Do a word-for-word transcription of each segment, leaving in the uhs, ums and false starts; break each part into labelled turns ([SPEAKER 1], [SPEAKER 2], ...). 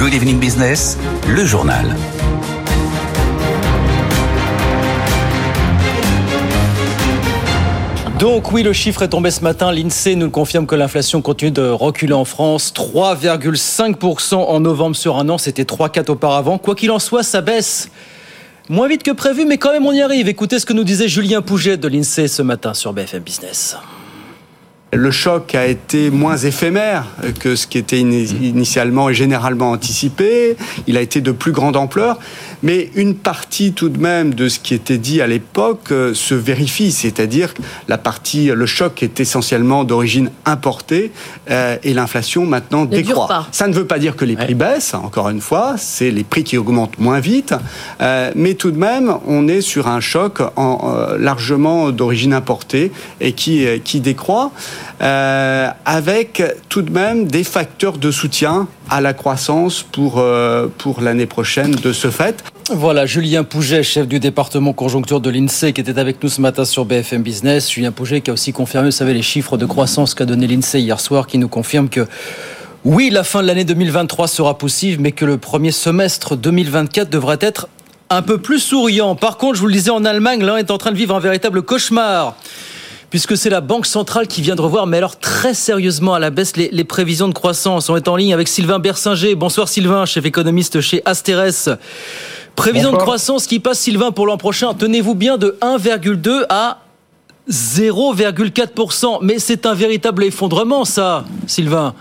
[SPEAKER 1] Good Evening Business, le journal.
[SPEAKER 2] Donc oui, le chiffre est tombé ce matin. L'INSEE nous confirme que l'inflation continue de reculer en France. trois virgule cinq pour cent en novembre sur un an, c'était trois virgule quatre auparavant. Quoi qu'il en soit, ça baisse moins vite que prévu, mais quand même on y arrive. Écoutez ce que nous disait Julien Pouget de l'INSEE ce matin sur B F M Business.
[SPEAKER 3] Le choc a été moins éphémère que ce qui était initialement et généralement anticipé. Il a été de plus grande ampleur. Mais une partie tout de même de ce qui était dit à l'époque se vérifie. C'est-à-dire que la partie, le choc est essentiellement d'origine importée euh, et l'inflation maintenant
[SPEAKER 4] ne
[SPEAKER 3] décroît. Ça ne veut pas dire que les prix ouais. baissent, encore une fois. C'est les prix qui augmentent moins vite. Euh, mais tout de même, on est sur un choc en, euh, largement d'origine importée et qui, euh, qui décroît. Euh, avec tout de même des facteurs de soutien à la croissance pour, euh, pour l'année prochaine de ce fait.
[SPEAKER 2] Voilà, Julien Pouget, chef du département conjoncture de l'INSEE, qui était avec nous ce matin sur B F M Business. Julien Pouget qui a aussi confirmé, vous savez, les chiffres de croissance qu'a donné l'INSEE hier soir, qui nous confirme que oui, la fin de l'année deux mille vingt-trois sera possible, mais que le premier semestre deux mille vingt-quatre devrait être un peu plus souriant. Par contre, je vous le disais, en Allemagne, l'un est en train de vivre un véritable cauchemar, puisque c'est la Banque centrale qui vient de revoir, mais alors très sérieusement à la baisse, les, les prévisions de croissance. On est en ligne avec Sylvain Bersinger. Bonsoir Sylvain, chef économiste chez Asterès. Prévision Bonsoir. De croissance qui passe, Sylvain, pour l'an prochain, tenez-vous bien, de un virgule deux à zéro virgule quatre pour cent. Mais c'est un véritable effondrement, ça, Sylvain.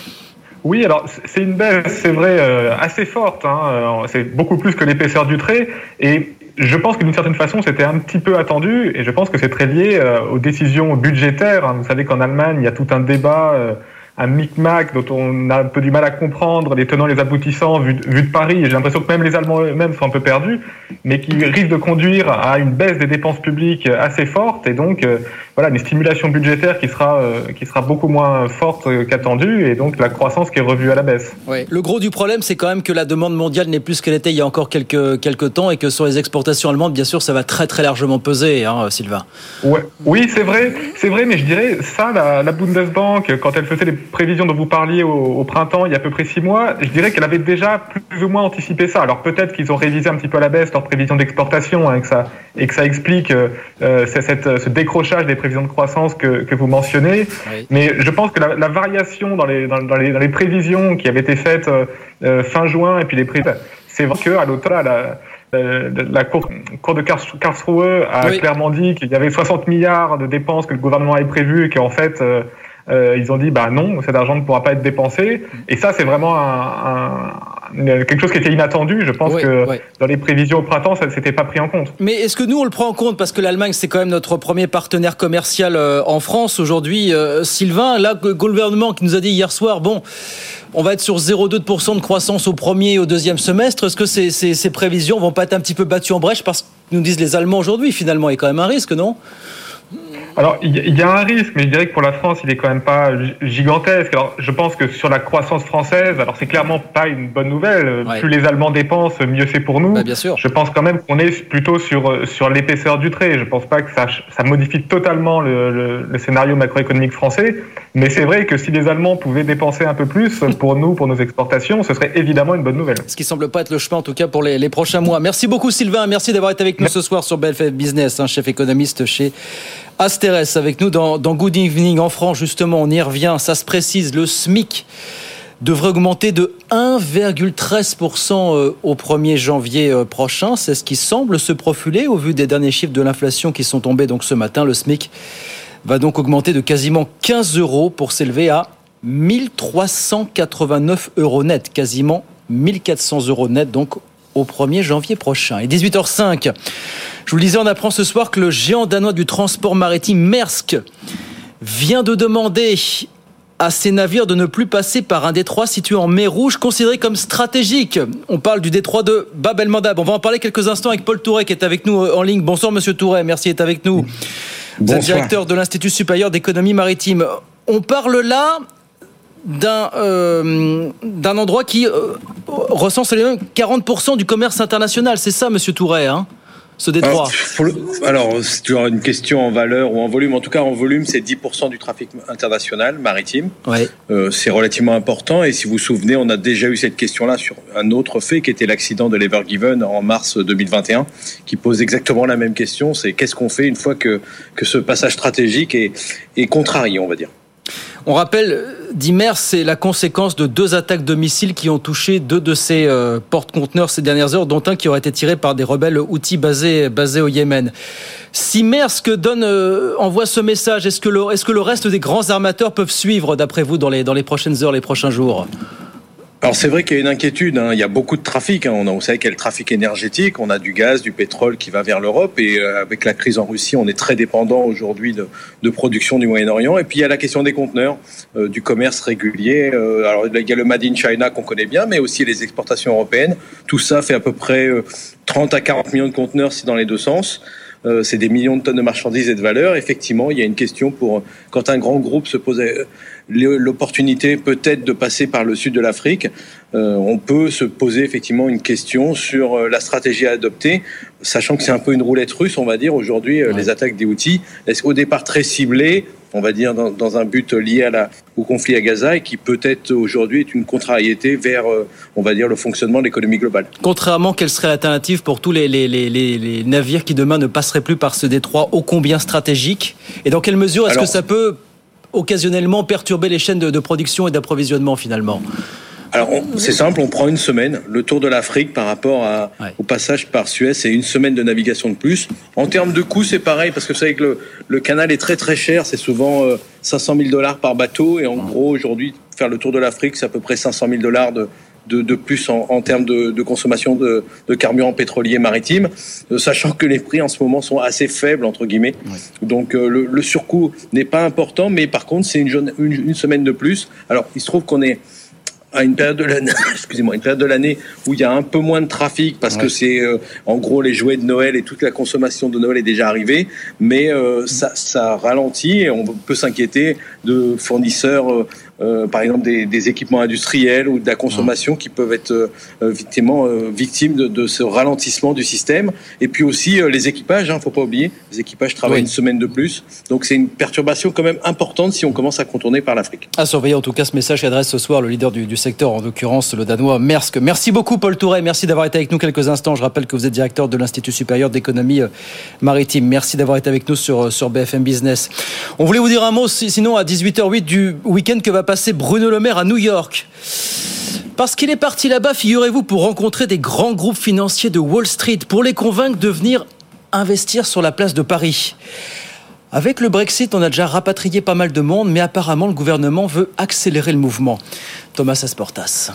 [SPEAKER 5] Oui, alors c'est une baisse, c'est vrai, euh, assez forte. Hein, c'est beaucoup plus que l'épaisseur du trait. Et je pense que d'une certaine façon, c'était un petit peu attendu, et je pense que c'est très lié euh, aux décisions budgétaires. Vous savez qu'en Allemagne, il y a tout un débat, euh, un micmac dont on a un peu du mal à comprendre les tenants, les aboutissants, vu, vu de Paris. Et j'ai l'impression que même les Allemands eux-mêmes sont un peu perdus, mais qui risque de conduire à une baisse des dépenses publiques assez forte, et donc euh, voilà, une stimulation budgétaire qui sera euh, qui sera beaucoup moins forte qu'attendue, et donc la croissance qui est revue à la baisse.
[SPEAKER 2] Oui. Le gros du problème, c'est quand même que la demande mondiale n'est plus ce qu'elle était il y a encore quelques quelques temps, et que sur les exportations allemandes, bien sûr, ça va très très largement peser, hein, Sylvain.
[SPEAKER 5] Ouais. Oui, c'est vrai, c'est vrai, mais je dirais ça, la, la Bundesbank, quand elle faisait les prévisions dont vous parliez au, au printemps, il y a à peu près six mois, je dirais qu'elle avait déjà plus ou moins anticipé ça. Alors peut-être qu'ils ont révisé un petit peu à la baisse leurs prévisions d'exportation, hein, et que ça et que ça explique euh, cette, ce décrochage des prévisions de croissance que, que vous mentionnez. Oui. Mais je pense que la, la variation dans les, dans, dans, les, dans les prévisions qui avaient été faites euh, fin juin, et puis les pré- c'est vrai qu'à l'automne, la, la, la cour, cour de Karlsruhe a oui. clairement dit qu'il y avait soixante milliards de dépenses que le gouvernement avait prévues, et qu'en fait euh, euh, ils ont dit bah non, cet argent ne pourra pas être dépensé. Et ça, c'est vraiment un, un quelque chose qui était inattendu. Je pense oui, que oui. dans les prévisions au printemps, ça ne s'était pas pris en compte.
[SPEAKER 2] Mais est-ce que nous, on le prend en compte? Parce que l'Allemagne, c'est quand même notre premier partenaire commercial en France aujourd'hui. Euh, Sylvain, là, le gouvernement qui nous a dit hier soir, bon, on va être sur zéro virgule deux pour cent de croissance au premier et au deuxième semestre. Est-ce que ces, ces, ces prévisions vont pas être un petit peu battues en brèche? Parce que nous disent les Allemands aujourd'hui, finalement, il y a quand même un risque, non?
[SPEAKER 5] Alors, il y a un risque, mais je dirais que pour la France, il est quand même pas gigantesque. Alors, je pense que sur la croissance française, alors c'est clairement pas une bonne nouvelle. Ouais. Plus les Allemands dépensent, mieux c'est pour nous.
[SPEAKER 2] Bah, bien sûr.
[SPEAKER 5] Je pense quand même qu'on est plutôt sur sur l'épaisseur du trait. Je pense pas que ça ça modifie totalement le, le, le scénario macroéconomique français. Mais c'est vrai que si les Allemands pouvaient dépenser un peu plus pour nous, pour nos exportations, ce serait évidemment une bonne nouvelle.
[SPEAKER 2] Ce qui semble pas être le chemin, en tout cas, pour les, les prochains mois. Merci beaucoup, Sylvain. Merci d'avoir été avec nous ce soir sur B F M Business, hein, chef économiste chez Asterès, avec nous dans, dans Good Evening. En France, justement, on y revient, ça se précise, le SMIC devrait augmenter de un virgule treize pour cent au premier janvier prochain. C'est ce qui semble se profiler au vu des derniers chiffres de l'inflation qui sont tombés donc ce matin. Le SMIC va donc augmenter de quasiment quinze euros pour s'élever à mille trois cent quatre-vingt-neuf euros net, quasiment mille quatre cents euros net, donc au premier janvier prochain. Et dix-huit heures cinq, je vous le disais, on apprend ce soir que le géant danois du transport maritime Maersk vient de demander à ses navires de ne plus passer par un détroit situé en mer Rouge, considéré comme stratégique. On parle du détroit de Bab el-Mandab. On va en parler quelques instants avec Paul Touret qui est avec nous en ligne. Bonsoir Monsieur Touret, merci d'être avec nous. Vous Bonsoir. Êtes directeur de l'Institut supérieur d'économie maritime. On parle là d'un, euh, d'un endroit qui euh, recense les mêmes quarante pour cent du commerce international. C'est ça, Monsieur Touret, hein ? ce détroit?
[SPEAKER 4] Alors, le, alors, c'est toujours une question en valeur ou en volume. En tout cas, en volume, c'est dix pour cent du trafic international maritime.
[SPEAKER 2] Ouais.
[SPEAKER 4] Euh, c'est relativement important. Et si vous vous souvenez, on a déjà eu cette question-là sur un autre fait qui était l'accident de l'Ever Given en mars deux mille vingt et un, qui pose exactement la même question. C'est qu'est-ce qu'on fait une fois que, que ce passage stratégique est, est contrarié, on va dire.
[SPEAKER 2] On rappelle, Dimer, c'est la conséquence de deux attaques de missiles qui ont touché deux de ces euh, porte-conteneurs ces dernières heures, dont un qui aurait été tiré par des rebelles houthis basés, basés au Yémen. Si Maersk donne, euh, envoie ce message, est-ce que, le, est-ce que le reste des grands armateurs peuvent suivre, d'après vous, dans les, dans les prochaines heures, les prochains jours ?
[SPEAKER 4] Alors c'est vrai qu'il y a une inquiétude, hein. Il y a beaucoup de trafic, hein. On a, vous savez qu'il y a le trafic énergétique, on a du gaz, du pétrole qui va vers l'Europe et euh, avec la crise en Russie, on est très dépendant aujourd'hui de, de production du Moyen-Orient. Et puis il y a la question des conteneurs, euh, du commerce régulier. Euh, alors il y a le Made in China qu'on connaît bien, mais aussi les exportations européennes. Tout ça fait à peu près euh, trente à quarante millions de conteneurs, si dans les deux sens. Euh, c'est des millions de tonnes de marchandises et de valeurs. Effectivement, il y a une question pour quand un grand groupe se pose l'opportunité peut-être de passer par le sud de l'Afrique. Euh, on peut se poser effectivement une question sur la stratégie à adopter, sachant que c'est un peu une roulette russe, on va dire aujourd'hui, ouais. Les attaques des Houthis. Est-ce qu'au départ très ciblées, on va dire dans, dans un but lié à la, au conflit à Gaza et qui peut-être aujourd'hui est une contrariété vers, euh, on va dire, le fonctionnement de l'économie globale.
[SPEAKER 2] Contrairement, quelle serait l'alternative pour tous les, les, les, les, les navires qui demain ne passeraient plus par ce détroit ô combien stratégique ? Et dans quelle mesure est-ce Alors, que ça peut occasionnellement perturber les chaînes de, de production et d'approvisionnement finalement ?
[SPEAKER 4] Alors, on, c'est simple, on prend une semaine. Le tour de l'Afrique par rapport à, ouais. au passage par Suez, c'est une semaine de navigation de plus. En termes de coût, c'est pareil, parce que vous savez que le, le canal est très très cher. C'est souvent euh, cinq cent mille dollars par bateau. Et en ouais. gros, aujourd'hui, faire le tour de l'Afrique, c'est à peu près cinq cent mille dollars de, de, de plus en, en termes de, de consommation de, de carburant pétrolier maritime, euh, sachant que les prix en ce moment sont assez faibles, entre guillemets. Ouais. Donc, euh, le, le surcoût n'est pas important, mais par contre, c'est une, une, une semaine de plus. Alors, il se trouve qu'on est à une période de l'année, excusez-moi, une période de l'année où il y a un peu moins de trafic parce ouais. que c'est euh, en gros les jouets de Noël et toute la consommation de Noël est déjà arrivée, mais euh, ça, ça ralentit et on peut s'inquiéter de fournisseurs, euh, euh, par exemple des, des équipements industriels ou de la consommation ouais. qui peuvent être euh, effectivement euh, victimes de, de ce ralentissement du système. Et puis aussi euh, les équipages, hein, faut pas oublier, les équipages travaillent oui. une semaine de plus, donc c'est une perturbation quand même importante si on commence à contourner par l'Afrique.
[SPEAKER 2] À surveiller en tout cas ce message qu'adresse ce soir le leader du, du secteur, en l'occurrence le Danois Maersk. Merci beaucoup Paul Touret, merci d'avoir été avec nous quelques instants. Je rappelle que vous êtes directeur de l'Institut supérieur d'économie maritime. Merci d'avoir été avec nous sur, sur B F M Business. On voulait vous dire un mot sinon à dix-huit heures huit du week-end que va passer Bruno Le Maire à New York. Parce qu'il est parti là-bas, figurez-vous, pour rencontrer des grands groupes financiers de Wall Street, pour les convaincre de venir investir sur la place de Paris. Avec le Brexit, on a déjà rapatrié pas mal de monde, mais apparemment le gouvernement veut accélérer le mouvement. Thomas Asportas.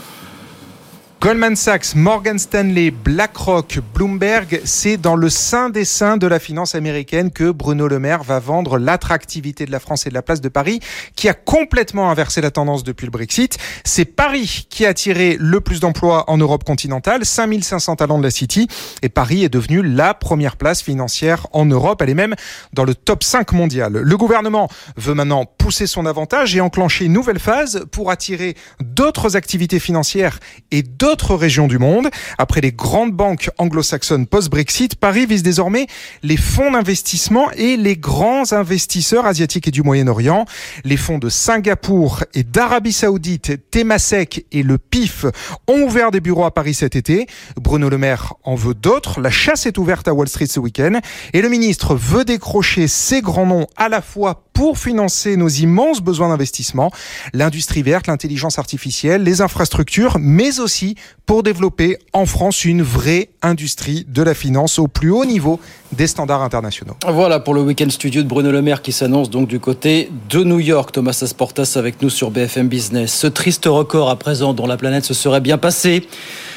[SPEAKER 6] Goldman Sachs, Morgan Stanley, BlackRock, Bloomberg, c'est dans le sein des seins de la finance américaine que Bruno Le Maire va vendre l'attractivité de la France et de la place de Paris, qui a complètement inversé la tendance depuis le Brexit. C'est Paris qui a attiré le plus d'emplois en Europe continentale, cinq mille cinq cents talents de la City, et Paris est devenue la première place financière en Europe. Elle est même dans le top cinq mondial. Le gouvernement veut maintenant pousser son avantage et enclencher une nouvelle phase pour attirer d'autres activités financières et d'autres D'autres régions du monde. Après les grandes banques anglo-saxonnes post-Brexit, Paris vise désormais les fonds d'investissement et les grands investisseurs asiatiques et du Moyen-Orient. Les fonds de Singapour et d'Arabie Saoudite, Temasek et le P I F ont ouvert des bureaux à Paris cet été. Bruno Le Maire en veut d'autres. La chasse est ouverte à Wall Street ce week-end et le ministre veut décrocher ces grands noms à la fois pour financer nos immenses besoins d'investissement, l'industrie verte, l'intelligence artificielle, les infrastructures, mais aussi pour développer en France une vraie industrie de la finance au plus haut niveau des standards internationaux.
[SPEAKER 2] Voilà pour le Week-end Studio de Bruno Le Maire qui s'annonce donc du côté de New York. Thomas Asportas avec nous sur B F M Business. Ce triste record à présent dont la planète se serait bien passée.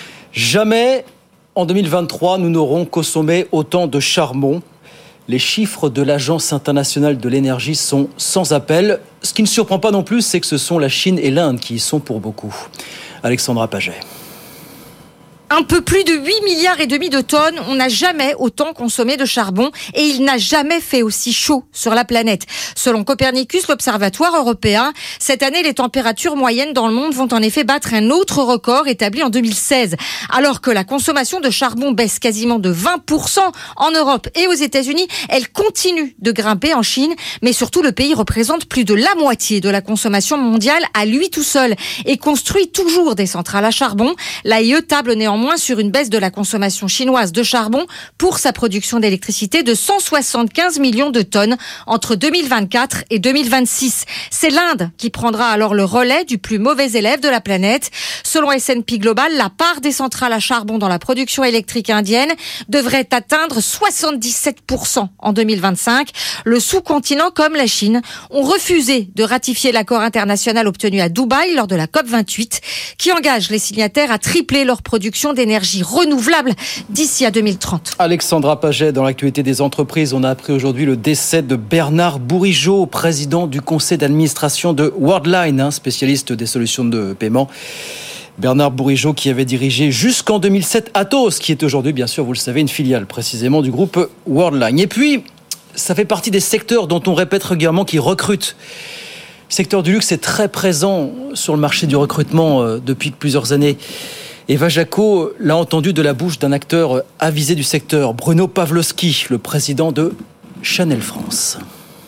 [SPEAKER 2] Jamais en deux mille vingt-trois nous n'aurons consommé autant de charbon. Les chiffres de l'Agence internationale de l'énergie sont sans appel. Ce qui ne surprend pas non plus, c'est que ce sont la Chine et l'Inde qui y sont pour beaucoup. Alexandra Paget.
[SPEAKER 7] Un peu plus de huit milliards et demi de tonnes. On n'a jamais autant consommé de charbon et il n'a jamais fait aussi chaud sur la planète. Selon Copernicus, l'Observatoire européen, cette année, les températures moyennes dans le monde vont en effet battre un autre record établi en deux mille seize. Alors que la consommation de charbon baisse quasiment de vingt pour cent en Europe et aux États-Unis, elle continue de grimper en Chine. Mais surtout, le pays représente plus de la moitié de la consommation mondiale à lui tout seul et construit toujours des centrales à charbon. L'A I E table néanmoins moins sur une baisse de la consommation chinoise de charbon pour sa production d'électricité de cent soixante-quinze millions de tonnes entre deux mille vingt-quatre et deux mille vingt-six. C'est l'Inde qui prendra alors le relais du plus mauvais élève de la planète. Selon S and P Global, la part des centrales à charbon dans la production électrique indienne devrait atteindre soixante-dix-sept pour cent en deux mille vingt-cinq. Le sous-continent comme la Chine ont refusé de ratifier l'accord international obtenu à Dubaï lors de la COP vingt-huit qui engage les signataires à tripler leur production d'énergie renouvelable d'ici à deux mille trente.
[SPEAKER 2] Alexandra Paget, dans l'actualité des entreprises, on a appris aujourd'hui le décès de Bernard Bourigeaud, président du conseil d'administration de Worldline, spécialiste des solutions de paiement. Bernard Bourigeaud qui avait dirigé jusqu'en deux mille sept Atos, qui est aujourd'hui, bien sûr, vous le savez, une filiale précisément du groupe Worldline. Et puis, ça fait partie des secteurs dont on répète régulièrement qu'ils recrutent. Le secteur du luxe est très présent sur le marché du recrutement euh, depuis plusieurs années. Eva Jaco l'a entendu de la bouche d'un acteur avisé du secteur, Bruno Pavlovski, le président de Chanel France.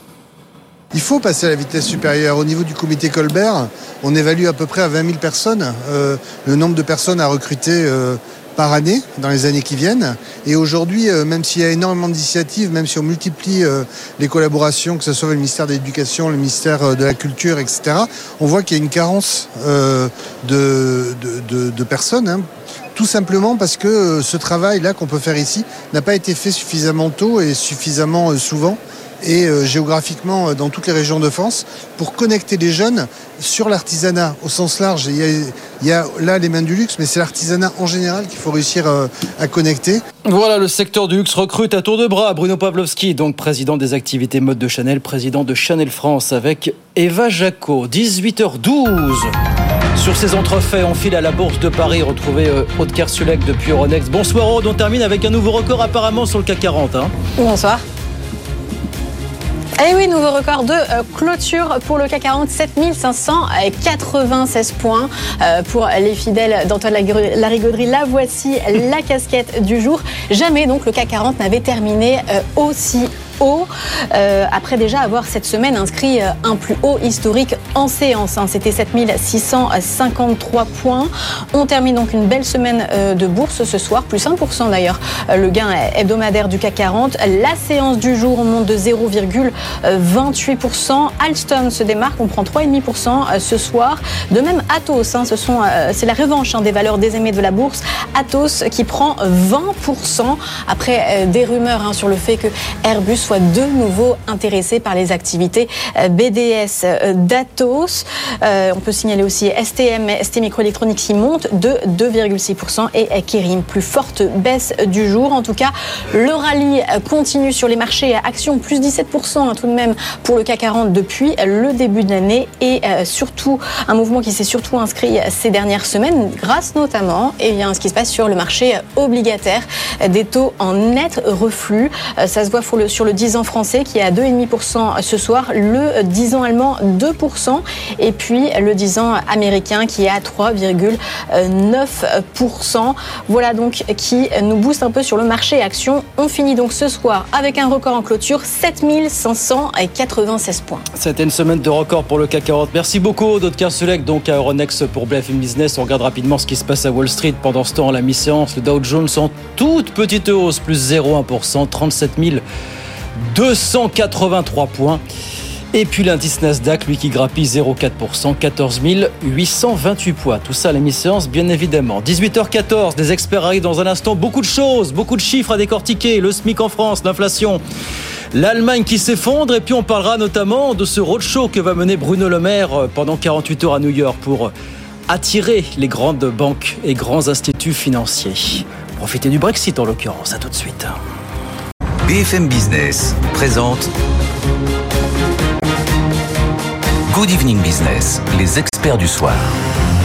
[SPEAKER 8] Il faut passer à la vitesse supérieure. Au niveau du comité Colbert, on évalue à peu près à vingt mille personnes euh, le nombre de personnes à recruter euh, par année dans les années qui viennent. Et aujourd'hui, euh, même s'il y a énormément d'initiatives, même si on multiplie euh, les collaborations, que ce soit le ministère de l'Éducation, le ministère euh, de la Culture, et cetera, on voit qu'il y a une carence euh, de, de, de, de personnes. Hein. Tout simplement parce que euh, ce travail-là qu'on peut faire ici n'a pas été fait suffisamment tôt et suffisamment euh, souvent. et euh, géographiquement euh, dans toutes les régions de France pour connecter les jeunes sur l'artisanat au sens large. Il y a, il y a là les mains du luxe, mais c'est l'artisanat en général qu'il faut réussir euh, à connecter.
[SPEAKER 2] Voilà, le secteur du luxe recrute à tour de bras. Bruno Pavlovski, donc président des activités mode de Chanel, président de Chanel France avec Eva Jaco. dix-huit heures douze. Sur ces entrefaits, on file à la Bourse de Paris, retrouver euh, Aude Kersulek depuis Euronext. Bonsoir Aude, on termine avec un nouveau record apparemment sur le C A C quarante. Hein.
[SPEAKER 9] Bonsoir. Et oui, nouveau record de euh, clôture pour le C A C quarante, sept mille cinq cent quatre-vingt-seize points euh, pour les fidèles d'Antoine Larigauderie. La voici, la casquette du jour. Jamais donc le C A C quarante n'avait terminé euh, aussi haut, euh, après déjà avoir cette semaine inscrit euh, un plus haut historique en séance. Hein. C'était sept mille six cent cinquante-trois points. On termine donc une belle semaine euh, de bourse ce soir, plus un pour cent d'ailleurs, euh, le gain hebdomadaire du C A C quarante. La séance du jour, on monte de zéro virgule vingt-huit pour cent. Alstom se démarque, on prend trois virgule cinq pour cent euh, ce soir. De même Atos, hein, ce sont, euh, c'est la revanche hein, des valeurs désaimées de la bourse. Atos qui prend vingt pour cent après euh, des rumeurs hein, sur le fait que Airbus soit de nouveau intéressé par les activités B D S d'Atos. Euh, on peut signaler aussi S T M, S T Microelectronics qui monte de deux virgule six pour cent et Kering, plus forte baisse du jour. En tout cas, le rallye continue sur les marchés actions, plus dix-sept pour cent hein, tout de même pour le C A C quarante depuis le début de l'année et euh, surtout un mouvement qui s'est surtout inscrit ces dernières semaines grâce notamment et bien, à ce qui se passe sur le marché obligataire, des taux en net reflux. Euh, ça se voit sur le, sur le dix ans français qui est à deux virgule cinq pour cent ce soir, le dix ans allemand deux pour cent et puis le dix ans américain qui est à trois virgule neuf pour cent. Voilà donc qui nous booste un peu sur le marché actions. On finit donc ce soir avec un record en clôture, sept mille cinq cent quatre-vingt-seize points.
[SPEAKER 2] C'était une semaine de record pour le C A C quarante. Merci beaucoup Aude Kersulek, donc à Euronext pour B F M Business. On regarde rapidement ce qui se passe à Wall Street. Pendant ce temps, à la mi-séance, le Dow Jones en toute petite hausse, plus zéro virgule un pour cent, trente-sept mille deux cent quatre-vingt-trois points. Et puis l'indice Nasdaq, lui, qui grappille zéro virgule quatre pour cent, quatorze mille huit cent vingt-huit points. Tout ça à la mi-séance, bien évidemment. dix-huit heures quatorze, des experts arrivent dans un instant. Beaucoup de choses, beaucoup de chiffres à décortiquer. Le SMIC en France, l'inflation, l'Allemagne qui s'effondre. Et puis on parlera notamment de ce roadshow que va mener Bruno Le Maire pendant quarante-huit heures à New York pour attirer les grandes banques et grands instituts financiers. Profitez du Brexit en l'occurrence. À tout de suite.
[SPEAKER 1] B F M Business présente Good Evening Business, les experts du soir.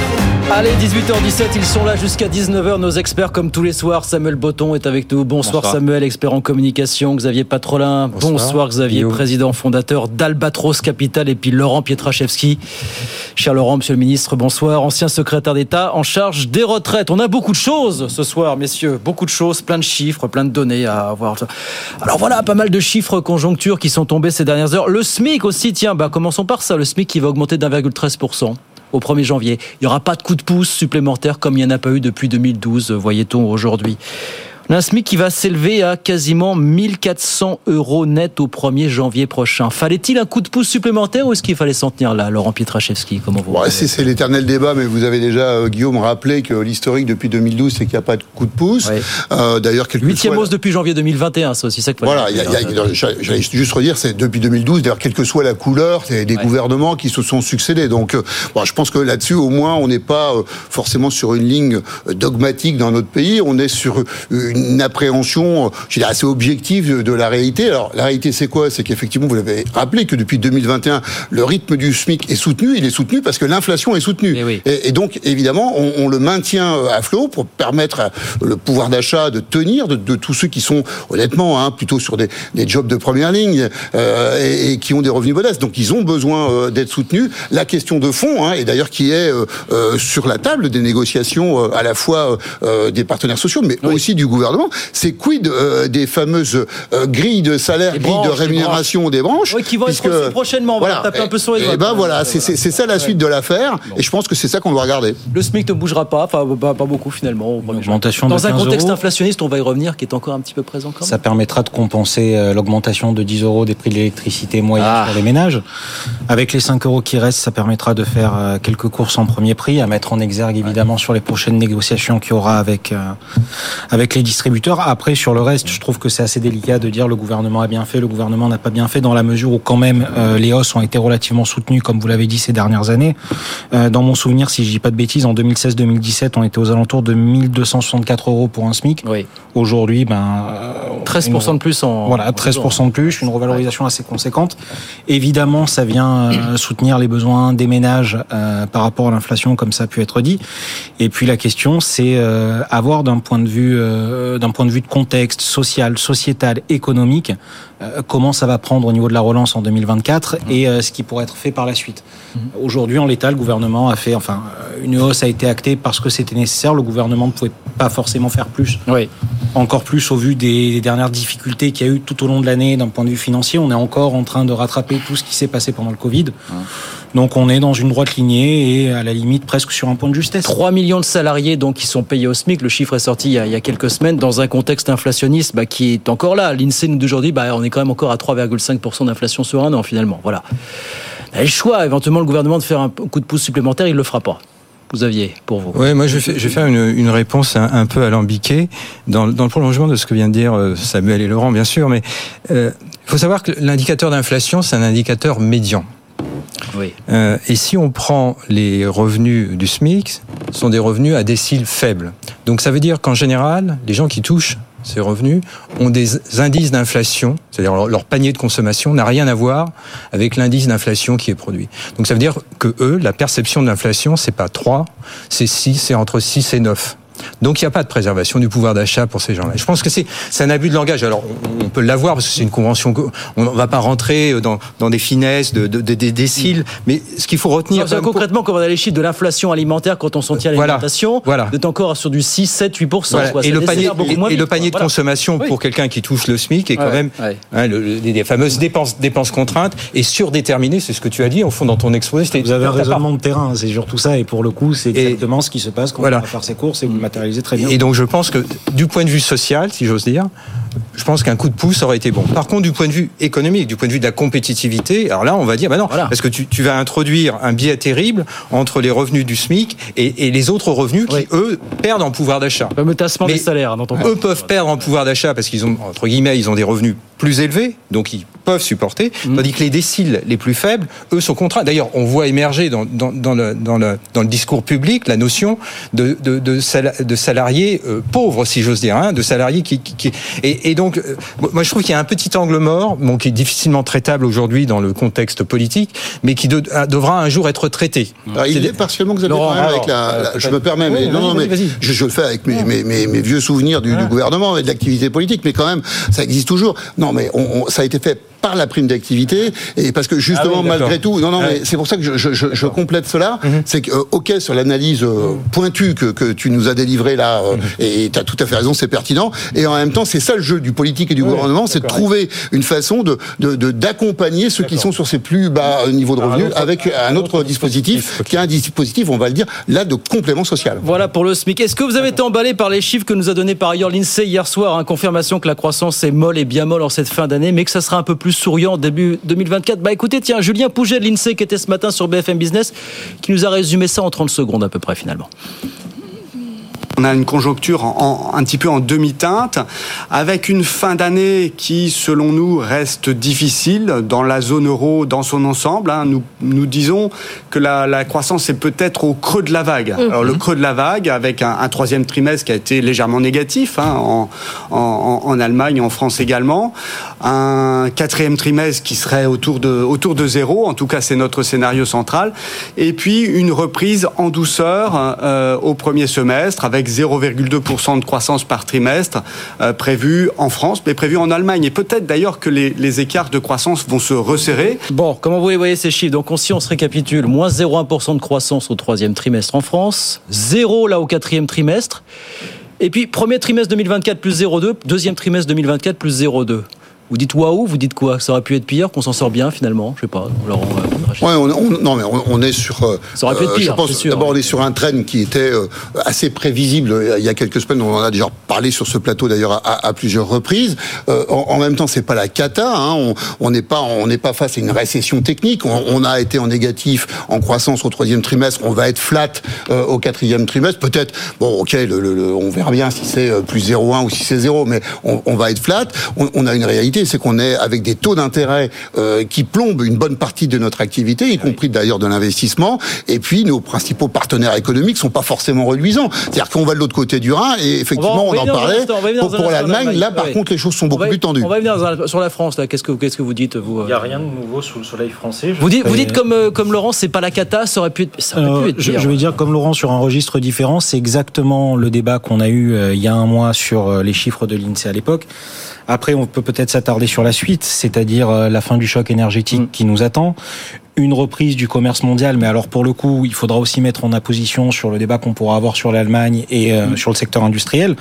[SPEAKER 2] Allez, dix-huit heures dix-sept, ils sont là jusqu'à dix-neuf heures. Nos experts, comme tous les soirs, Samuel Botton est avec nous. Bonsoir, Bonsoir. Samuel, expert en communication. Xavier Patrolin. Bonsoir, Bonsoir Xavier, Guillaume. Président fondateur d'Albatros Capital. Et puis Laurent Pietraszewski. Cher Laurent, monsieur le ministre, bonsoir. Ancien secrétaire d'État en charge des retraites. On a beaucoup de choses ce soir, messieurs. Beaucoup de choses, plein de chiffres, plein de données à avoir. Alors voilà, pas mal de chiffres conjoncture qui sont tombés ces dernières heures. Le SMIC aussi, tiens, bah commençons par ça. Le SMIC qui va augmenter d'un virgule treize pour cent. Au premier janvier. Il n'y aura pas de coup de pouce supplémentaire comme il n'y en a pas eu depuis deux mille douze, voyait-on aujourd'hui. On a un SMIC qui va s'élever à quasiment mille quatre cents euros net au premier janvier prochain. Fallait-il un coup de pouce supplémentaire ou est-ce qu'il fallait s'en tenir là, Laurent Pietraszewski, comment vous
[SPEAKER 10] ouais, c'est, c'est l'éternel débat, mais vous avez déjà, euh, Guillaume, rappelé que l'historique depuis deux mille douze, c'est qu'il n'y a pas de coup de pouce. Ouais. Euh, d'ailleurs, quelque
[SPEAKER 2] Huitième
[SPEAKER 10] soit...
[SPEAKER 2] hausse depuis janvier deux mille vingt et un, c'est aussi ça que
[SPEAKER 10] Voilà, y a, y a, y a, j'allais juste redire, c'est depuis deux mille douze, d'ailleurs, quelle que soit la couleur, c'est des ouais. gouvernements qui se sont succédés. Donc, euh, bon, je pense que là-dessus, au moins, on n'est pas euh, forcément sur une ligne dogmatique dans notre pays, on est sur une appréhension je dirais assez objectif de, de la réalité. Alors, la réalité, c'est quoi? C'est qu'effectivement, vous l'avez rappelé, que depuis deux mille vingt et un, le rythme du SMIC est soutenu. Il est soutenu parce que l'inflation est soutenue. Et, oui. et, et donc, évidemment, on, on le maintient à flot pour permettre le pouvoir d'achat de tenir de, de tous ceux qui sont, honnêtement, hein, plutôt sur des, des jobs de première ligne euh, et, et qui ont des revenus modestes. Donc, ils ont besoin euh, d'être soutenus. La question de fond, hein, et d'ailleurs qui est euh, euh, sur la table des négociations euh, à la fois euh, des partenaires sociaux, mais oui. aussi du gouvernement, c'est quid euh, des fameuses euh, grilles de salaire, les grilles branches, de rémunération des branches,
[SPEAKER 2] oui, qui vont puisque, être reçues prochainement. On
[SPEAKER 10] voilà,
[SPEAKER 2] va taper un peu sur les doigts.
[SPEAKER 10] Et ben voilà, c'est, c'est, c'est ça la suite de l'affaire. Bon. Et je pense que c'est ça qu'on doit regarder.
[SPEAKER 2] Le SMIC ne bougera pas, enfin pas, pas beaucoup finalement.
[SPEAKER 11] Augmentation
[SPEAKER 2] dans
[SPEAKER 11] de
[SPEAKER 2] un contexte
[SPEAKER 11] euros.
[SPEAKER 2] inflationniste, on va y revenir, qui est encore un petit peu présent. Quand même.
[SPEAKER 11] Ça permettra de compenser euh, l'augmentation de dix euros des prix de l'électricité moyenne ah. pour les ménages. Avec les cinq euros qui restent, ça permettra de faire euh, quelques courses en premier prix, à mettre en exergue évidemment ouais. sur les prochaines négociations qu'il y aura avec euh, avec les distributeurs. Après, sur le reste, je trouve que c'est assez délicat de dire le gouvernement a bien fait, le gouvernement n'a pas bien fait, dans la mesure où quand même euh, les hausses ont été relativement soutenues, comme vous l'avez dit, ces dernières années. Euh, dans mon souvenir, si je dis pas de bêtises, en deux mille seize deux mille dix-sept, on était aux alentours de mille deux cent soixante-quatre euros pour un SMIC.
[SPEAKER 2] Oui.
[SPEAKER 11] Aujourd'hui, ben euh,
[SPEAKER 2] treize pour cent de plus en
[SPEAKER 11] voilà, treize pour cent de plus, une revalorisation assez conséquente. Évidemment, ça vient euh, soutenir les besoins des ménages euh, par rapport à l'inflation, comme ça a pu être dit. Et puis la question, c'est euh, avoir d'un point de vue euh, d'un point de vue de contexte social, sociétal, économique, euh, comment ça va prendre au niveau de la relance en deux mille vingt-quatre mmh. et euh, ce qui pourrait être fait par la suite. Mmh. Aujourd'hui, en l'état, le gouvernement a fait, enfin, une hausse a été actée parce que c'était nécessaire. Le gouvernement ne pouvait pas forcément faire plus.
[SPEAKER 2] Oui. Encore
[SPEAKER 11] plus au vu des dernières difficultés qu'il y a eu tout au long de l'année d'un point de vue financier. On est encore en train de rattraper tout ce qui s'est passé pendant le Covid. Mmh. Donc on est dans une droite lignée et à la limite presque sur un point de justesse.
[SPEAKER 2] trois millions de salariés donc qui sont payés au SMIC. Le chiffre est sorti il y a, il y a quelques semaines dans un contexte inflationniste bah, qui est encore là. L'INSEE nous dit aujourd'hui, bah, on est quand même encore à trois virgule cinq pour cent d'inflation sur un an finalement. Voilà. Il y a le choix, éventuellement le gouvernement de faire un coup de pouce supplémentaire, il ne le fera pas. Vous aviez pour vous.
[SPEAKER 12] Oui, moi je vais, je vais faire une, une réponse un, un peu alambiquée dans, dans le prolongement de ce que vient de dire Samuel et Laurent, bien sûr. Mais il euh, faut savoir que l'indicateur d'inflation, c'est un indicateur médian.
[SPEAKER 2] Oui.
[SPEAKER 12] Euh, et si on prend les revenus du SMIC, ce sont des revenus à décile faibles. Donc ça veut dire qu'en général, les gens qui touchent ces revenus ont des indices d'inflation, c'est-à-dire leur, leur panier de consommation n'a rien à voir avec l'indice d'inflation qui est produit. Donc ça veut dire que eux, la perception de l'inflation, c'est pas trois, c'est six, c'est entre six et neuf. Donc il n'y a pas de préservation du pouvoir d'achat pour ces gens-là. Je pense que c'est, c'est un abus de langage. Alors on peut l'avoir parce que c'est une convention. On ne va pas rentrer dans, dans des finesses, de, de, de, des déciles. Mais ce qu'il faut retenir...
[SPEAKER 2] Non, concrètement, pour... quand on a les chiffres de l'inflation alimentaire, quand on s'en tient à l'alimentation,
[SPEAKER 12] voilà, voilà.
[SPEAKER 2] on est encore sur du six, sept, huit pour cent.
[SPEAKER 12] Voilà.
[SPEAKER 2] Quoi.
[SPEAKER 12] Et, le panier, et,
[SPEAKER 2] moins
[SPEAKER 12] et le panier de voilà. consommation oui. pour quelqu'un qui touche le SMIC est quand ouais, même ouais. Hein, le, les, les fameuses dépenses, dépenses contraintes et surdéterminées. C'est ce que tu as dit, au fond, dans ton exposé.
[SPEAKER 11] Vous avez un raisonnement de terrain, c'est surtout ça. Et pour le coup, c'est exactement et, ce qui se passe quand voilà. on va faire ses courses et vous le matérialisez très bien.
[SPEAKER 12] Et donc je pense que du point de vue social, si j'ose dire, je pense qu'un coup de pouce aurait été bon. Par contre, du point de vue économique, du point de vue de la compétitivité, alors là, on va dire, bah non, voilà. parce que tu, tu vas introduire un biais terrible entre les revenus du SMIC et, et les autres revenus qui, oui. eux, perdent en pouvoir d'achat.
[SPEAKER 2] Le tassement des salaires, dans ton
[SPEAKER 12] eux peuvent perdre en pouvoir d'achat parce qu'ils ont, entre guillemets, ils ont des revenus plus élevés, donc ils peuvent supporter, mmh. tandis que les déciles les plus faibles, eux, sont contraints. D'ailleurs, on voit émerger dans, dans, dans, le, dans, le, dans le discours public la notion de, de, de, sal, de salariés euh, pauvres, si j'ose dire, hein, de salariés qui... qui, qui et, et, et donc, euh, moi je trouve qu'il y a un petit angle mort, bon, qui est difficilement traitable aujourd'hui dans le contexte politique, mais qui de, devra un jour être traité.
[SPEAKER 10] Alors, il est partiellement que vous avez
[SPEAKER 12] Laurent,
[SPEAKER 10] quand même
[SPEAKER 12] alors,
[SPEAKER 10] avec la,
[SPEAKER 12] euh,
[SPEAKER 10] la je me permets, mais
[SPEAKER 12] oui,
[SPEAKER 10] non,
[SPEAKER 12] vas-y,
[SPEAKER 10] non, mais
[SPEAKER 12] vas-y.
[SPEAKER 10] je, je le fais avec mes, mes, mes, mes vieux souvenirs du, du gouvernement et de l'activité politique, mais quand même, ça existe toujours. Non, mais on, on, ça a été fait par la prime d'activité, et parce que justement, ah oui, malgré tout, non, non, ouais. mais c'est pour ça que je, je, je, je complète cela, mm-hmm. c'est que, euh, ok, sur l'analyse euh, pointue que, que tu nous as délivrée là, euh, mm-hmm. et tu as tout à fait raison, c'est pertinent, et en même temps, c'est ça le jeu du politique et du oui, gouvernement, c'est de trouver une façon de, de, de d'accompagner ceux d'accord. qui sont sur ces plus bas niveaux de revenus ah, avec un autre dispositif, okay. qui est un dispositif, on va le dire, là, de complément social.
[SPEAKER 2] Voilà pour le SMIC. Est-ce que vous avez été emballé par les chiffres que nous a donné par ailleurs l'INSEE hier soir, hein, confirmation que la croissance est molle et bien molle en cette fin d'année, mais que ça sera un peu plus souriant début deux mille vingt-quatre. Bah écoutez, tiens, Julien Pouget de l'INSEE qui était ce matin sur B F M Business, qui nous a résumé ça en trente secondes à peu près finalement.
[SPEAKER 3] On a une conjoncture en, en, un petit peu en demi-teinte, avec une fin d'année qui, selon nous, reste difficile dans la zone euro dans son ensemble. Hein. Nous, nous disons que la, la croissance est peut-être au creux de la vague. Mmh. Alors le creux de la vague, avec un, un troisième trimestre qui a été légèrement négatif, hein, en, en, en Allemagne, en France également. Un quatrième trimestre qui serait autour de, autour de zéro, en tout cas c'est notre scénario central. Et puis une reprise en douceur euh, au premier semestre, avec zéro virgule deux pour cent de croissance par trimestre euh, prévu en France, mais prévu en Allemagne. Et peut-être d'ailleurs que les, les écarts de croissance vont se resserrer.
[SPEAKER 2] Bon, comment vous les voyez ces chiffres? Donc si on se récapitule, moins zéro virgule un pour cent de croissance au troisième trimestre en France, zéro là au quatrième trimestre, et puis premier trimestre deux mille vingt-quatre plus zéro virgule deux, deuxième trimestre deux mille vingt-quatre plus zéro virgule deux. Vous dites waouh, vous dites quoi? Ça aurait pu être pire, qu'on s'en sort bien finalement? Je sais pas. Laurent,
[SPEAKER 10] ouais, on, on, non mais on, on est sur. Euh,
[SPEAKER 2] ça aurait pu être pire.
[SPEAKER 10] Je pense, c'est sûr. D'abord, on est sur un trend qui était euh, assez prévisible. Il y a quelques semaines, on en a déjà parlé sur ce plateau d'ailleurs à, à plusieurs reprises. Euh, en, en même temps, c'est pas la cata. Hein, on n'est pas, on n'est pas face à une récession technique. On, on a été en négatif en croissance au troisième trimestre. On va être flat euh, au quatrième trimestre. Peut-être. Bon, ok, le, le, le, on verra bien si c'est plus zéro virgule un ou si c'est zéro, mais on, on va être flat. On, on a une réalité. C'est qu'on est avec des taux d'intérêt euh, qui plombent une bonne partie de notre activité, y compris d'ailleurs de l'investissement. Et puis nos principaux partenaires économiques sont pas forcément reluisants. C'est-à-dire qu'on va de l'autre côté du Rhin et effectivement on, on en parlait. Pour, pour l'Allemagne, là par ouais. contre les choses sont beaucoup
[SPEAKER 2] va,
[SPEAKER 10] plus tendues.
[SPEAKER 2] On va venir sur la France là. Qu'est-ce que qu'est-ce que vous dites vous?
[SPEAKER 11] Il n'y a rien de nouveau sous le soleil français.
[SPEAKER 2] Vous dites, vous dites comme euh, comme Laurent, c'est pas la cata, ça aurait pu être. Ça aurait euh, pu être pire,
[SPEAKER 11] je, je vais dire comme Laurent sur un registre différent. C'est exactement le débat qu'on a eu euh, il y a un mois sur euh, les chiffres de l'INSEE à l'époque. Après, on peut peut-être s'attarder sur la suite, c'est-à-dire la fin du choc énergétique mmh. qui nous attend, une reprise du commerce mondial, mais alors pour le coup, il faudra aussi mettre en opposition sur le débat qu'on pourra avoir sur l'Allemagne et euh, mmh. sur le secteur industriel.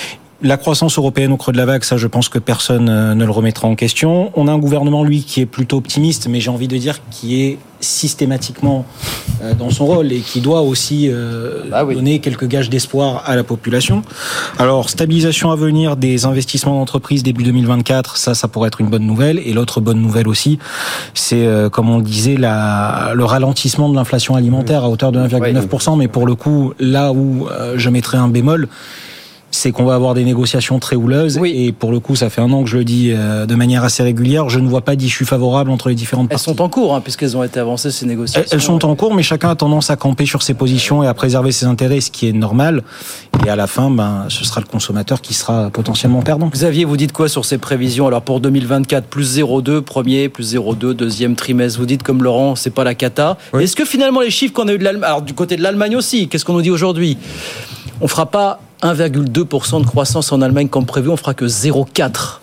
[SPEAKER 11] La croissance européenne au creux de la vague, ça je pense que personne ne le remettra en question. On a un gouvernement, lui, qui est plutôt optimiste, mais j'ai envie de dire qui est systématiquement dans son rôle et qui doit aussi euh, bah oui. donner quelques gages d'espoir à la population. Alors, stabilisation à venir des investissements d'entreprise début deux mille vingt-quatre, ça, ça pourrait être une bonne nouvelle. Et l'autre bonne nouvelle aussi, c'est, euh, comme on le disait, la, le ralentissement de l'inflation alimentaire à hauteur de un virgule neuf pour cent. Mais pour le coup, là où euh, je mettrais un bémol, c'est qu'on va avoir des négociations très houleuses. Oui. Et pour le coup, ça fait un an que je le dis euh, de manière assez régulière. Je ne vois pas d'issue favorable entre les différentes parties.
[SPEAKER 2] Elles sont en cours, hein, puisqu'elles ont été avancées, ces négociations.
[SPEAKER 11] Elles, elles sont en cours, mais chacun a tendance à camper sur ses positions et à préserver ses intérêts, ce qui est normal. Et à la fin, ben, ce sera le consommateur qui sera potentiellement perdant.
[SPEAKER 2] Xavier, vous dites quoi sur ces prévisions? Alors pour deux mille vingt-quatre, plus zéro virgule deux, premier, plus zéro virgule deux, deuxième trimestre. Vous dites comme Laurent, c'est pas la cata. Oui. Est-ce que finalement les chiffres qu'on a eu de l'Allemagne, alors du côté de l'Allemagne aussi, qu'est-ce qu'on nous dit aujourd'hui? On fera pas un virgule deux pour cent de croissance en Allemagne comme prévu, on fera que zéro virgule quatre.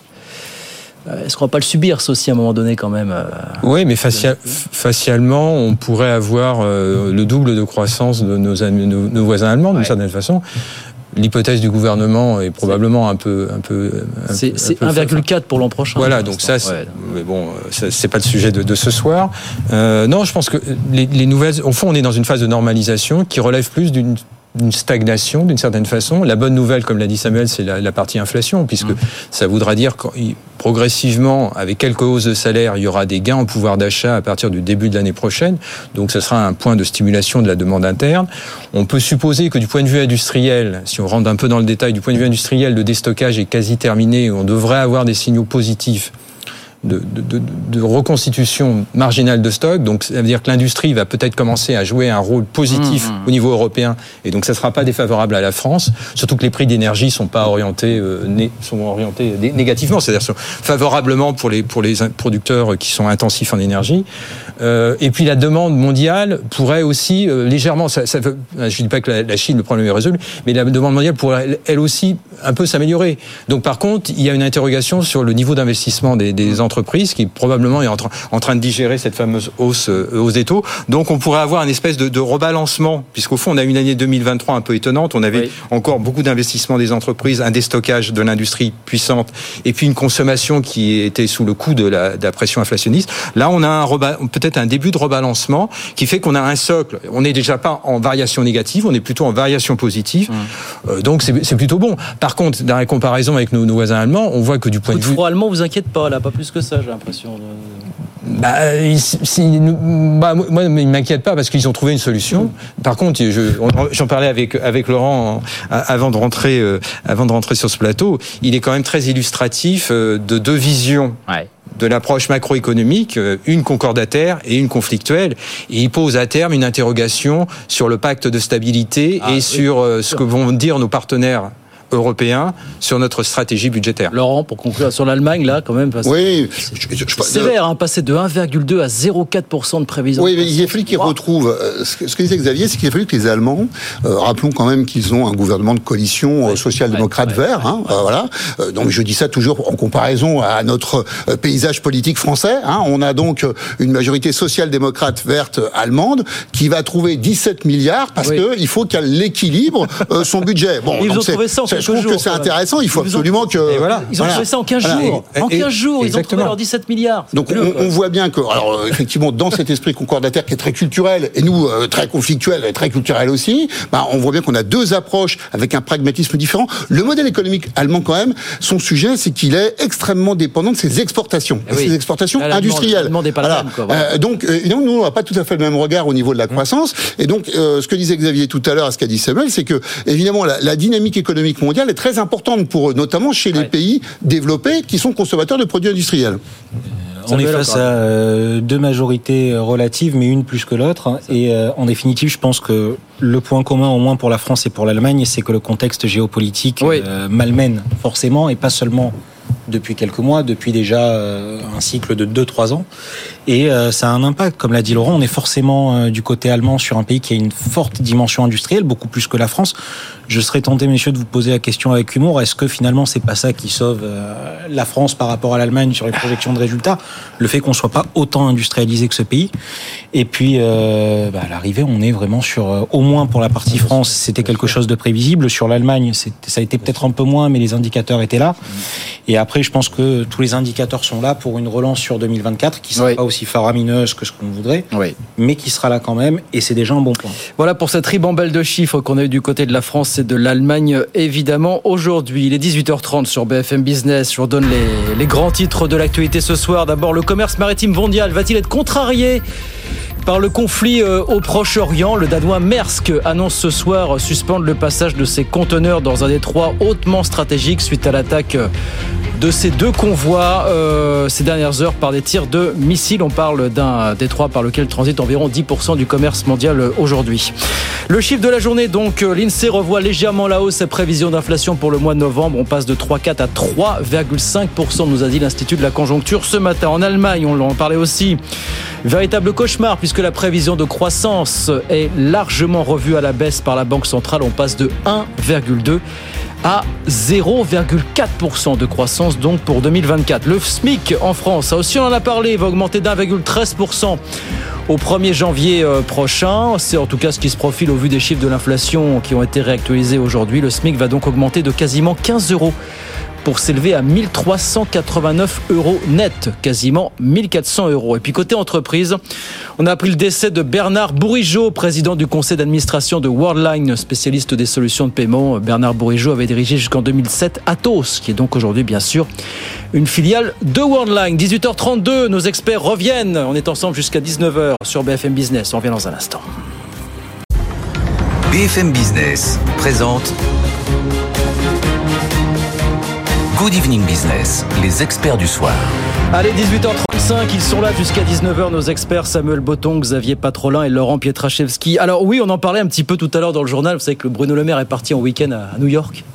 [SPEAKER 2] Est-ce qu'on va pas le subir, ça aussi, à un moment donné, quand même?
[SPEAKER 12] Oui, mais facial, facialement, on pourrait avoir euh, le double de croissance de nos, nos, nos voisins allemands, d'une ouais. certaine façon. L'hypothèse du gouvernement est probablement un peu, un peu. Un
[SPEAKER 2] c'est,
[SPEAKER 12] peu,
[SPEAKER 2] c'est un virgule quatre pour l'an prochain.
[SPEAKER 12] Voilà, donc ça, c'est, ouais. mais bon, ça, c'est pas le sujet de, de ce soir. Euh, non, je pense que les, les nouvelles, au fond, on est dans une phase de normalisation qui relève plus d'une d'une stagnation d'une certaine façon. La bonne nouvelle, comme l'a dit Samuel, c'est la, la partie inflation, puisque mmh. ça voudra dire que progressivement, avec quelques hausses de salaire, il y aura des gains en pouvoir d'achat à partir du début de l'année prochaine. Donc ce sera un point de stimulation de la demande interne. On peut supposer que du point de vue industriel, si on rentre un peu dans le détail, du point de vue industriel, le déstockage est quasi terminé. On devrait avoir des signaux positifs de, de, de, de reconstitution marginale de stock. Donc, ça veut dire que l'industrie va peut-être commencer à jouer un rôle positif mmh. au niveau européen. Et donc, ça ne sera pas défavorable à la France. Surtout que les prix d'énergie sont pas orientés, euh, né, sont orientés négativement. C'est-à-dire sont favorablement pour les, pour les producteurs qui sont intensifs en énergie. Euh, et puis, la demande mondiale pourrait aussi euh, légèrement, ça, ça veut, je ne dis pas que la, la Chine, le problème est résolu, mais la demande mondiale pourrait, elle aussi, un peu s'améliorer. Donc, par contre, il y a une interrogation sur le niveau d'investissement des, des entreprises entreprise qui probablement est en, tra- en train de digérer cette fameuse hausse, euh, hausse des taux. Donc on pourrait avoir une espèce de, de rebalancement, puisqu'au fond on a une année deux mille vingt-trois un peu étonnante. On avait oui. encore beaucoup d'investissements des entreprises, un déstockage de l'industrie puissante, et puis une consommation qui était sous le coup de la, de la pression inflationniste. Là on a un reba- peut-être un début de rebalancement qui fait qu'on a un socle. On n'est déjà pas en variation négative, on est plutôt en variation positive. Mmh. Euh, donc c'est, c'est plutôt bon. Par contre, dans la comparaison avec nos, nos voisins allemands, on voit que du point
[SPEAKER 2] Coup
[SPEAKER 12] de
[SPEAKER 2] de
[SPEAKER 12] vue...
[SPEAKER 2] froid allemand vous inquiète pas là, pas plus que ça, j'ai l'impression.
[SPEAKER 12] Bah, si, bah, moi, ils ne m'inquiètent pas parce qu'ils ont trouvé une solution. Par contre, je, j'en parlais avec, avec Laurent avant de, rentrer, euh, avant de rentrer sur ce plateau. Il est quand même très illustratif de deux visions. Ouais. De l'approche macroéconomique, une concordataire et une conflictuelle. Et il pose à terme une interrogation sur le pacte de stabilité ah, et oui. sur euh, ce que vont dire nos partenaires européen sur notre stratégie budgétaire.
[SPEAKER 2] Laurent, pour conclure sur l'Allemagne, là, quand même,
[SPEAKER 10] oui,
[SPEAKER 2] c'est, je, je, je, sévère, hein, passer de un virgule deux à zéro virgule quatre pour cent de prévision.
[SPEAKER 10] Oui, mais il a fallu qu'ils wow. retrouvent. Euh, ce, que, ce que disait Xavier, c'est qu'il a fallu que les Allemands, euh, rappelons quand même qu'ils ont un gouvernement de coalition ouais, social-démocrate ouais, vert, ouais, hein, ouais. Euh, voilà. Euh, donc je dis ça toujours en comparaison à notre euh, paysage politique français. Hein. On a donc une majorité social-démocrate verte allemande qui va trouver dix-sept milliards parce oui. que il faut qu'elle équilibre euh, son budget. Bon,
[SPEAKER 2] ils
[SPEAKER 10] donc
[SPEAKER 2] ont trouvé ça en
[SPEAKER 10] je trouve que c'est intéressant. Il faut ils absolument ont, que.
[SPEAKER 2] Voilà. Ils ont voilà. fait ça en quinze voilà. jours. Et, et, en quinze jours, ils ont trouvé leurs dix-sept milliards.
[SPEAKER 10] Donc on, on voit bien que, alors effectivement, dans cet esprit concordataire qui est très culturel et nous euh, très conflictuel et très culturel aussi, bah, on voit bien qu'on a deux approches avec un pragmatisme différent. Le modèle économique allemand, quand même, son sujet, c'est qu'il est extrêmement dépendant de ses exportations, et oui. ses exportations là, industrielles.
[SPEAKER 2] Pas voilà. même, quoi, voilà.
[SPEAKER 10] Euh, donc, euh, nous, on n'a pas tout à fait le même regard au niveau de la croissance. Mmh. Et donc, euh, ce que disait Xavier tout à l'heure, et ce qu'a dit Samuel, c'est que évidemment, la, la dynamique économique mondiale est très importante pour eux, notamment chez les ouais. pays développés qui sont consommateurs de produits industriels.
[SPEAKER 11] On est face à euh, deux majorités relatives, mais une plus que l'autre. Et euh, en définitive, je pense que le point commun, au moins pour la France et pour l'Allemagne, c'est que le contexte géopolitique oui. euh, malmène forcément, et pas seulement depuis quelques mois, depuis déjà euh, un cycle de deux trois ans. Et euh, ça a un impact, comme l'a dit Laurent, on est forcément euh, du côté allemand sur un pays qui a une forte dimension industrielle, beaucoup plus que la France. Je serais tenté, messieurs, de vous poser la question avec humour, est-ce que finalement c'est pas ça qui sauve euh, la France par rapport à l'Allemagne sur les projections de résultats, le fait qu'on soit pas autant industrialisé que ce pays. Et puis euh, bah, à l'arrivée, on est vraiment sur, euh, au moins pour la partie France, c'était quelque chose de prévisible. Sur l'Allemagne, c'était, ça a été peut-être un peu moins, mais les indicateurs étaient là. Et après, je pense que tous les indicateurs sont là pour une relance sur deux mille vingt-quatre qui sera oui. pas aussi faramineuse que ce qu'on voudrait, oui. mais qui sera là quand même, et c'est déjà un bon point.
[SPEAKER 2] Voilà pour cette ribambelle de chiffres qu'on a eu du côté de la France et de l'Allemagne, évidemment, aujourd'hui. Il est dix-huit heures trente sur B F M Business. Je vous redonne les, les grands titres de l'actualité ce soir. D'abord, le commerce maritime mondial va-t-il être contrarié par le conflit au Proche-Orient? Le Danois Maersk annonce ce soir suspendre le passage de ses conteneurs dans un détroit hautement stratégique suite à l'attaque de ces deux convois euh, ces dernières heures par des tirs de missiles. On parle d'un détroit par lequel transite environ dix pour cent du commerce mondial aujourd'hui. Le chiffre de la journée, donc, l'INSEE revoit légèrement la hausse ses prévisions d'inflation pour le mois de novembre. On passe de trois virgule quatre à trois virgule cinq pour cent, nous a dit l'Institut de la conjoncture ce matin. En Allemagne, on en parlait aussi, véritable cauchemar puisque la prévision de croissance est largement revue à la baisse par la Banque centrale. On passe de un virgule deux à zéro virgule quatre pour cent de croissance donc pour deux mille vingt-quatre. Le SMIC en France, ça aussi on en a parlé, va augmenter d'un virgule treize pour cent au premier janvier prochain. C'est en tout cas ce qui se profile au vu des chiffres de l'inflation qui ont été réactualisés aujourd'hui. Le SMIC va donc augmenter de quasiment quinze euros pour s'élever à mille trois cent quatre-vingt-neuf euros net, quasiment mille quatre cents euros. Et puis côté entreprise, on a appris le décès de Bernard Bourigeaud, président du conseil d'administration de Worldline, spécialiste des solutions de paiement. Bernard Bourigeaud avait dirigé jusqu'en deux mille sept Atos, qui est donc aujourd'hui bien sûr une filiale de Worldline. dix-huit heures trente-deux, nos experts reviennent. On est ensemble jusqu'à dix-neuf heures sur B F M Business. On revient dans un instant.
[SPEAKER 1] B F M Business présente Good Evening Business, les experts du soir.
[SPEAKER 2] Allez, dix-huit heures trente-cinq, ils sont là jusqu'à dix-neuf heures, nos experts Samuel Botton, Xavier Patrolin et Laurent Pietraszewski. Alors oui, on en parlait un petit peu tout à l'heure dans le journal, vous savez que le Bruno Le Maire est parti en week-end à New York.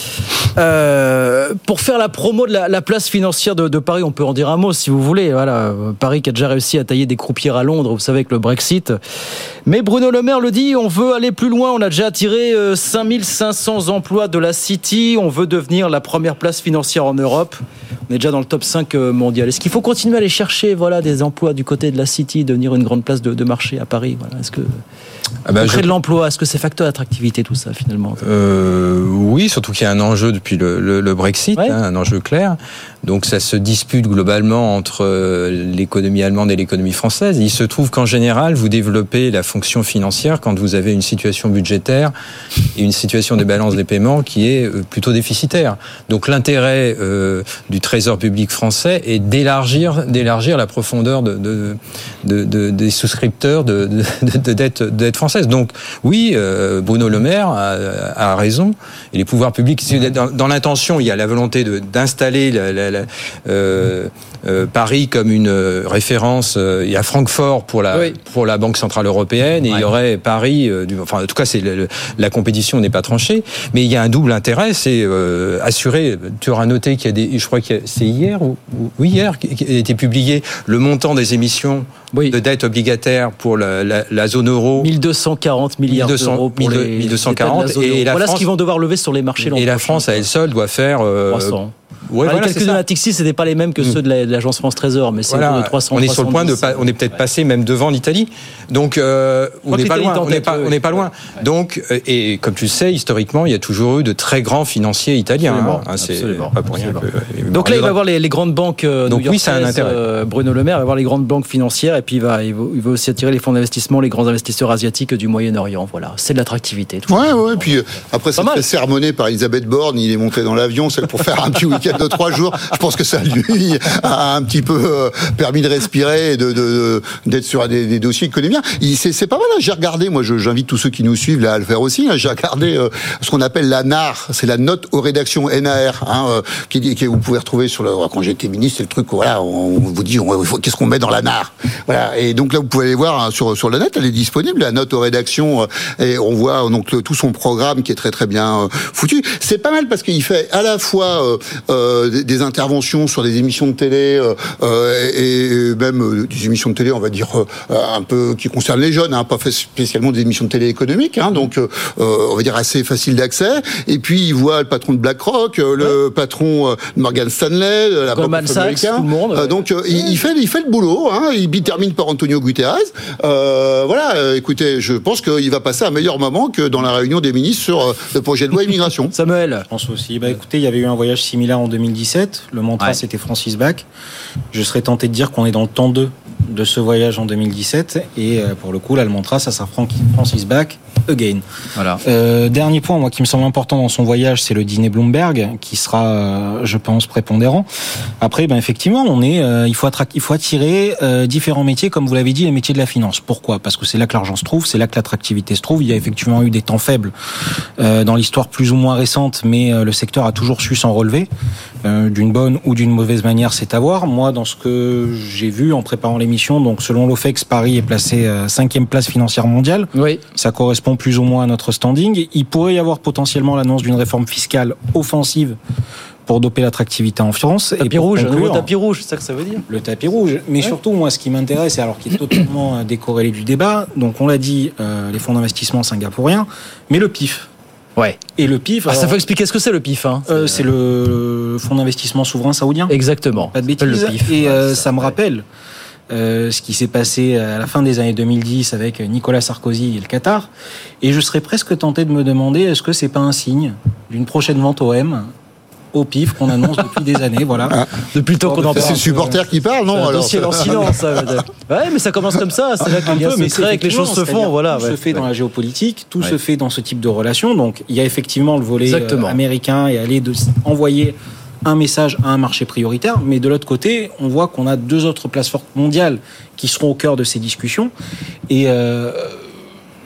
[SPEAKER 2] Euh, pour faire la promo de la, la place financière de, de Paris, on peut en dire un mot si vous voulez. Voilà, Paris qui a déjà réussi à tailler des croupières à Londres, vous savez, avec le Brexit. Mais Bruno Le Maire le dit, on veut aller plus loin. On a déjà attiré cinq mille cinq cents emplois de la City. On veut devenir la première place financière en Europe. On est déjà dans le top cinq mondial. Est-ce qu'il faut continuer à aller chercher, voilà, des emplois du côté de la City, devenir une grande place de, de marché à Paris? Voilà. Est-ce que ah ben, créer je... de l'emploi, est-ce que c'est facteur d'attractivité tout ça finalement?
[SPEAKER 12] euh, Oui, surtout qu'il y a un enjeu depuis le, le, le Brexit, ouais. hein, un enjeu clair. Donc ça se dispute globalement entre l'économie allemande et l'économie française. Et il se trouve qu'en général, vous développez la fonction financière quand vous avez une situation budgétaire et une situation des balances des paiements qui est plutôt déficitaire. Donc l'intérêt euh, du Trésor public français est d'élargir, d'élargir la profondeur de, de, de, de, des souscripteurs de, de, de, dettes, de dettes françaises. Donc oui, euh, Bruno Le Maire a, a raison. Et les pouvoirs publics, dans, dans l'intention, il y a la volonté de, d'installer la, la, la, euh, euh, Paris comme une référence. Euh, il y a Francfort pour la, oui. pour la Banque Centrale Européenne et ouais. il y aurait Paris. Euh, du, enfin, en tout cas, c'est le, la compétition n'est pas tranchée. Mais il y a un double intérêt, c'est euh, assurer. Tu auras noté qu'il y a des, je crois que c'est hier ou, ou hier qui a été publié le montant des émissions oui. de dette obligataire pour la, la, la zone euro.
[SPEAKER 2] mille deux cent quarante milliards mille deux cents, d'euros pour les,
[SPEAKER 12] mille deux cent quarante
[SPEAKER 2] et la
[SPEAKER 12] voilà
[SPEAKER 2] France, ce qu'ils vont devoir lever sur les marchés.
[SPEAKER 12] Et la France à elle seule doit faire euh,
[SPEAKER 2] trois cents.
[SPEAKER 12] Ouais,
[SPEAKER 2] ah,
[SPEAKER 12] voilà,
[SPEAKER 2] les calculs de Natixis, c'était pas les mêmes que ceux de, la, de l'agence France Trésor, mais c'est voilà, autour de trois cents.
[SPEAKER 12] On est sur le point de, pas, on est peut-être passé même devant l'Italie. Donc euh, on n'est pas loin. On n'est pas, on n'est pas loin. Donc et comme tu le sais, historiquement, il y a toujours eu de très grands financiers italiens. Absolument, hein, c'est absolument, pas pour rien. Que,
[SPEAKER 2] Donc là, il va voir les, les grandes banques. Euh,
[SPEAKER 12] Donc oui, c'est un intérêt.
[SPEAKER 2] Euh, Bruno Le Maire va voir les grandes banques financières et puis il va, il va, il va aussi attirer les fonds d'investissement, les grands investisseurs asiatiques du Moyen-Orient. Voilà, c'est de l'attractivité.
[SPEAKER 10] Tout ouais, ouais. Puis après, c'est fait sermonner par Elisabeth Borne. Il est monté dans l'avion, c'est pour faire un petit week-end de trois jours. Je pense que ça lui a un petit peu permis de respirer et de, de, d'être sur des, des dossiers qu'il connaît bien. Il, c'est, c'est pas mal. Hein. J'ai regardé, moi je, j'invite tous ceux qui nous suivent là, à le faire aussi. Hein. J'ai regardé euh, ce qu'on appelle la N A R, c'est la note aux rédactions N A R, hein, euh, qui, qui vous pouvez retrouver sur le. Quand j'étais ministre, c'est le truc. Voilà, on, on vous dit, on, faut, qu'est-ce qu'on met dans la N A R. Voilà. Et donc là, vous pouvez aller voir hein, sur sur le net, elle est disponible, la note aux rédactions, euh, et on voit donc le, tout son programme qui est très très bien euh, foutu. C'est pas mal parce qu'il fait à la fois euh, euh, des, des interventions sur des émissions de télé euh, et, et même euh, des émissions de télé, on va dire euh, un peu qui concernent les jeunes, hein, pas fait spécialement des émissions de télé économiques, hein, donc euh, on va dire assez facile d'accès. Et puis il voit le patron de BlackRock, euh, le ouais. patron euh, de Morgan Stanley, la
[SPEAKER 2] Goldman Sachs, tout le monde.
[SPEAKER 10] Euh, donc euh, il, il fait il fait le boulot. Hein, il termine par Antonio Guterres. Euh, voilà, euh, écoutez, je pense qu'il va passer un meilleur moment que dans la réunion des ministres sur euh, le projet de loi immigration.
[SPEAKER 2] Samuel,
[SPEAKER 11] je pense aussi. Bah écoutez, il y avait eu un voyage similaire en deux mille dix-sept. Le mantra, ouais. c'était Francis Bach. Je serais tenté de dire qu'on est dans le temps deux de ce voyage en deux mille dix-sept. Et pour le coup, là, le mantra, ça sera Francis Bach again. Voilà. Euh, dernier point, moi, qui me semble important dans son voyage, c'est le dîner Bloomberg, qui sera, euh, je pense, prépondérant. Après, ben, effectivement, on est, euh, il faut attraquer, il faut attirer euh, différents métiers, comme vous l'avez dit, les métiers de la finance. Pourquoi ? Parce que c'est là que l'argent se trouve, c'est là que l'attractivité se trouve. Il y a effectivement eu des temps faibles euh, dans l'histoire plus ou moins récente, mais euh, le secteur a toujours su s'en relever. Euh, d'une bonne ou d'une mauvaise manière, c'est à voir. Moi, dans ce que j'ai vu en préparant l'émission, donc selon l'Ofex, Paris est placé euh, cinquième place financière mondiale. Oui. Ça correspond plus ou moins à notre standing. Il pourrait y avoir potentiellement l'annonce d'une réforme fiscale offensive pour doper l'attractivité en France.
[SPEAKER 2] Tapis rouge, conclure, le tapis rouge, c'est ça que ça veut dire.
[SPEAKER 11] Le tapis rouge. Mais ouais. surtout, moi, ce qui m'intéresse, et alors qui est totalement décorrélé du débat, donc on l'a dit, euh, les fonds d'investissement singapouriens, mais le P I F.
[SPEAKER 2] Ouais.
[SPEAKER 11] Et le P I F.
[SPEAKER 2] Ah, alors, ça faut expliquer ce que c'est le P I F. Hein.
[SPEAKER 11] Euh, c'est le fonds d'investissement souverain saoudien.
[SPEAKER 2] Exactement.
[SPEAKER 11] Pas de bêtises. Le P I F. Et euh, ouais, ça, ça me rappelle euh, ce qui s'est passé à la fin des années deux mille dix avec Nicolas Sarkozy et le Qatar. Et je serais presque tenté de me demander est-ce que c'est pas un signe d'une prochaine vente O M au P I F qu'on annonce depuis des années, voilà.
[SPEAKER 10] Ah,
[SPEAKER 2] depuis le temps qu'on en parle.
[SPEAKER 10] C'est le supporter qui parle, non?
[SPEAKER 2] C'est un
[SPEAKER 10] alors,
[SPEAKER 2] dossier en silence. Ça, ouais, mais ça commence comme ça. C'est là qu'il y a un secret que les choses se font. Voilà.
[SPEAKER 11] Tout
[SPEAKER 2] ouais.
[SPEAKER 11] se fait dans la géopolitique, tout
[SPEAKER 2] ouais.
[SPEAKER 11] se fait dans ce type de relation. Donc, il y a effectivement le volet euh, américain et aller de envoyer un message à un marché prioritaire, mais de l'autre côté, on voit qu'on a deux autres places fortes mondiales qui seront au cœur de ces discussions. Et euh,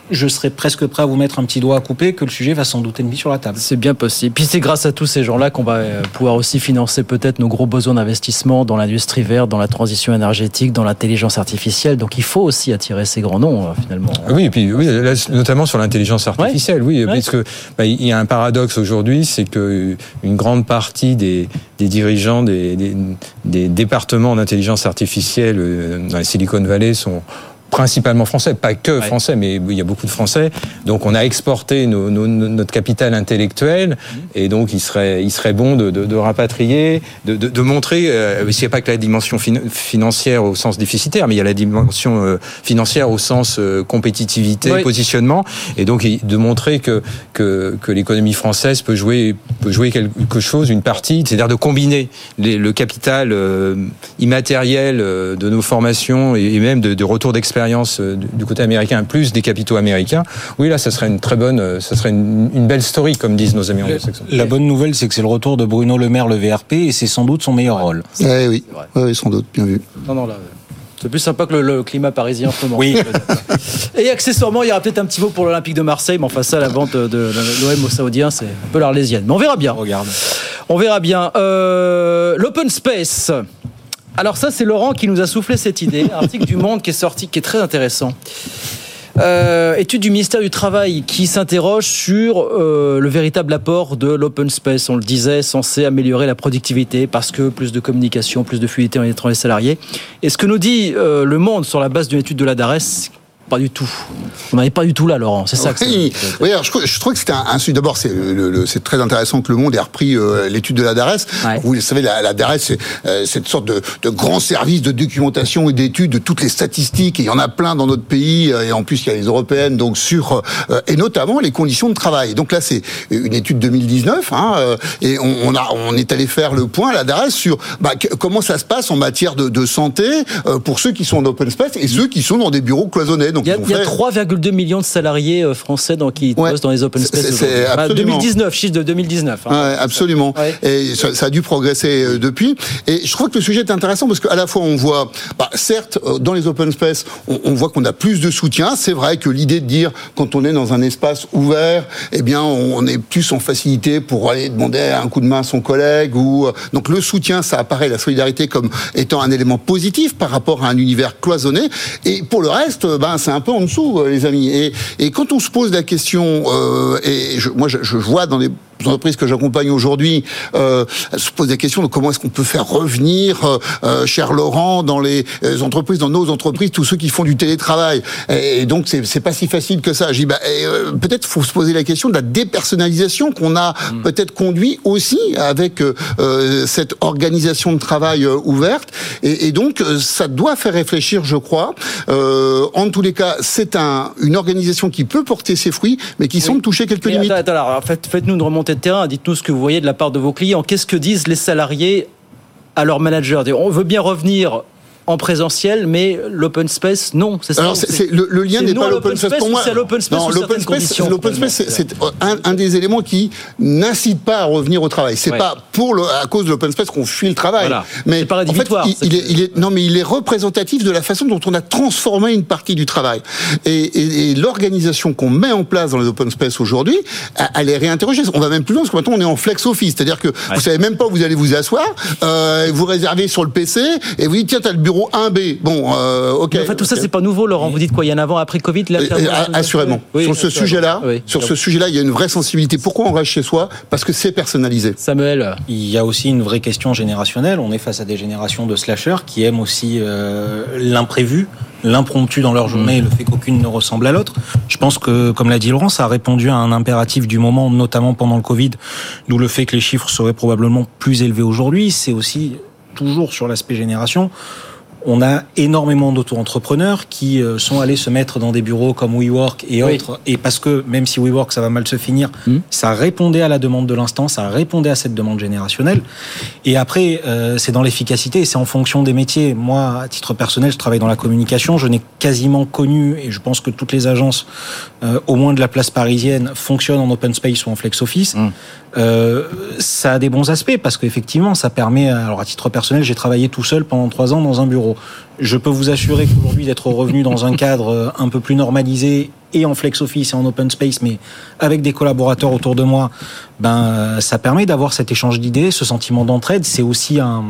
[SPEAKER 11] je serais presque prêt à vous mettre un petit doigt à couper que le sujet va sans doute être mis sur la table.
[SPEAKER 2] C'est bien possible. Puis c'est grâce à tous ces gens-là qu'on va pouvoir aussi financer peut-être nos gros besoins d'investissement dans l'industrie verte, dans la transition énergétique, dans l'intelligence artificielle. Donc il faut aussi attirer ces grands noms finalement.
[SPEAKER 12] Oui, et puis oui, là, notamment sur l'intelligence artificielle, ouais. oui, ouais. Parce que bah, il y a un paradoxe aujourd'hui, c'est que une grande partie des, des dirigeants des, des, des départements d'intelligence artificielle dans la Silicon Valley sont principalement français, pas que ouais. français, mais il y a beaucoup de Français. Donc on a exporté nos, nos, notre capital intellectuel, mmh. et donc il serait, il serait bon de, de, de rapatrier, de, de, de montrer, euh, s'il n'y a pas que la dimension fin, financière au sens déficitaire, mais il y a la dimension euh, financière au sens euh, compétitivité, oui. positionnement, et donc de montrer que, que, que l'économie française peut jouer, peut jouer quelque chose, une partie, c'est-à-dire de combiner les, le capital euh, immatériel euh, de nos formations et, et même de, de retour d'expérience du côté américain, plus des capitaux américains. Oui, là, ça serait une très bonne, ça serait une, une belle story, comme disent nos amis anglo-saxons.
[SPEAKER 11] La bonne nouvelle, c'est que c'est le retour de Bruno Le Maire, le V R P, et c'est sans doute son meilleur rôle.
[SPEAKER 10] Eh oui, oui, sans doute, bien vu.
[SPEAKER 2] Non, non, là, c'est plus sympa que le, le climat parisien en ce moment.
[SPEAKER 11] Oui.
[SPEAKER 2] Et accessoirement, il y aura peut-être un petit mot pour l'Olympique de Marseille, mais enfin ça, la vente de, de l'O M aux Saoudiens, c'est un peu l'arlésienne. Mais on verra bien.
[SPEAKER 11] Regarde.
[SPEAKER 2] On verra bien. Euh, L'open space. Alors ça, c'est Laurent qui nous a soufflé cette idée. Un article du Monde qui est sorti, qui est très intéressant. Euh, étude du ministère du Travail qui s'interroge sur euh, le véritable apport de l'open space. On le disait, censé améliorer la productivité parce que plus de communication, plus de fluidité entre les salariés. Et ce que nous dit euh, le Monde sur la base d'une étude de l'A D A R E S, pas du tout. On n'en est pas du tout là, Laurent. C'est ça.
[SPEAKER 10] Oui,
[SPEAKER 2] que
[SPEAKER 10] oui. oui alors je, je trouve que c'était un, un sujet. D'abord, c'est, le, le, c'est très intéressant que le Monde ait repris euh, l'étude de l'A D A R E S. Ouais. Vous savez, la, l'A D A R E S, c'est euh, cette sorte de, de grand service de documentation et d'études de toutes les statistiques. Et il y en a plein dans notre pays. Et en plus, il y a les européennes, donc sur euh, et notamment les conditions de travail. Donc là, c'est une étude deux mille dix-neuf, hein, euh, et on, on a, on est allé faire le point à l'A D A R E S sur bah, que, comment ça se passe en matière de, de santé euh, pour ceux qui sont en open space et ceux qui sont dans des bureaux cloisonnés. Donc
[SPEAKER 2] il y a, il y a trois virgule deux millions de salariés français dans, qui ouais. bossent dans les open space.
[SPEAKER 10] C'est, c'est
[SPEAKER 2] bah, deux mille dix-neuf, chiffre de deux mille dix-neuf. Hein.
[SPEAKER 10] Ouais, absolument. Ouais. Et ça, ça a dû progresser euh, depuis. Et je trouve que le sujet est intéressant parce qu'à la fois on voit, bah, certes, dans les open space, on, on voit qu'on a plus de soutien. C'est vrai que l'idée de dire quand on est dans un espace ouvert, eh bien, on est plus en facilité pour aller demander un coup de main à son collègue ou donc le soutien, ça apparaît la solidarité comme étant un élément positif par rapport à un univers cloisonné. Et pour le reste, ben c'est un peu en dessous, les amis. Et, et quand on se pose la question, euh, et je, moi je, je vois dans les entreprises que j'accompagne aujourd'hui, euh, se pose la question de comment est-ce qu'on peut faire revenir, euh, cher Laurent, dans les entreprises, dans nos entreprises, tous ceux qui font du télétravail. Et, et donc c'est, c'est pas si facile que ça. Je dis, bah, et, euh, peut-être faut se poser la question de la dépersonnalisation qu'on a mmh. peut-être conduit aussi avec euh, cette organisation de travail euh, ouverte. Et, et donc ça doit faire réfléchir, je crois. Euh, en tous les cas, c'est un, une organisation qui peut porter ses fruits, mais qui oui. semble toucher quelques
[SPEAKER 2] mais
[SPEAKER 10] limites.
[SPEAKER 2] Attends, attends, alors, faites, faites-nous une remontée de terrain. Dites-nous ce que vous voyez de la part de vos clients. Qu'est-ce que disent les salariés à leur manager? On veut bien revenir en présentiel, mais l'open space, non, c'est ça.
[SPEAKER 10] Alors, c'est, c'est, le, le lien c'est n'est pas l'open space, space pour moi.
[SPEAKER 2] C'est l'open space non,
[SPEAKER 10] l'open space, l'open space, c'est, c'est un, un des éléments qui n'incite pas à revenir au travail. C'est ouais. pas pour le, à cause de l'open space qu'on fuit le travail. Voilà. Mais
[SPEAKER 2] c'est pas rédhibitoire.
[SPEAKER 10] En fait, il, il, est, il est, non, mais il est représentatif de la façon dont on a transformé une partie du travail. Et, et, et l'organisation qu'on met en place dans les open space aujourd'hui, elle est réinterrogée. On va même plus loin parce que maintenant on est en flex office, c'est-à-dire que ouais. vous savez même pas où vous allez vous asseoir, euh, vous réservez sur le P C et vous dites tiens t'as le bureau un B. Bon, euh, ok.
[SPEAKER 2] Mais en fait, tout
[SPEAKER 10] okay.
[SPEAKER 2] ça, c'est pas nouveau, Laurent. Vous dites quoi? Il y en a avant, après Covid, là,
[SPEAKER 10] euh, assurément. Oui, sur ce
[SPEAKER 2] assurément.
[SPEAKER 10] sujet-là,
[SPEAKER 2] oui.
[SPEAKER 10] sur ce sujet-là, il y a une vraie sensibilité. Pourquoi on reste chez soi? Parce que c'est personnalisé.
[SPEAKER 2] Samuel,
[SPEAKER 11] il y a aussi une vraie question générationnelle. On est face à des générations de slasheurs qui aiment aussi euh, l'imprévu, l'impromptu dans leur journée, mmh. et le fait qu'aucune ne ressemble à l'autre. Je pense que, comme l'a dit Laurent, ça a répondu à un impératif du moment, notamment pendant le Covid, d'où le fait que les chiffres seraient probablement plus élevés aujourd'hui. C'est aussi toujours sur l'aspect génération. On a énormément d'auto-entrepreneurs qui sont allés se mettre dans des bureaux comme WeWork et oui. autres. Et parce que, même si WeWork, ça va mal se finir, mmh. ça répondait à la demande de l'instant, ça répondait à cette demande générationnelle. Et après, euh, c'est dans l'efficacité et c'est en fonction des métiers. Moi, à titre personnel, je travaille dans la communication. Je n'ai quasiment connu, et je pense que toutes les agences, euh, au moins de la place parisienne, fonctionnent en open space ou en flex office. Mmh. Euh, ça a des bons aspects parce qu'effectivement, ça permet, alors à titre personnel, j'ai travaillé tout seul pendant trois ans dans un bureau. bureau. Je peux vous assurer qu'aujourd'hui, d'être revenu dans un cadre un peu plus normalisé et en flex office et en open space, mais avec des collaborateurs autour de moi, ben, ça permet d'avoir cet échange d'idées, ce sentiment d'entraide. C'est aussi un,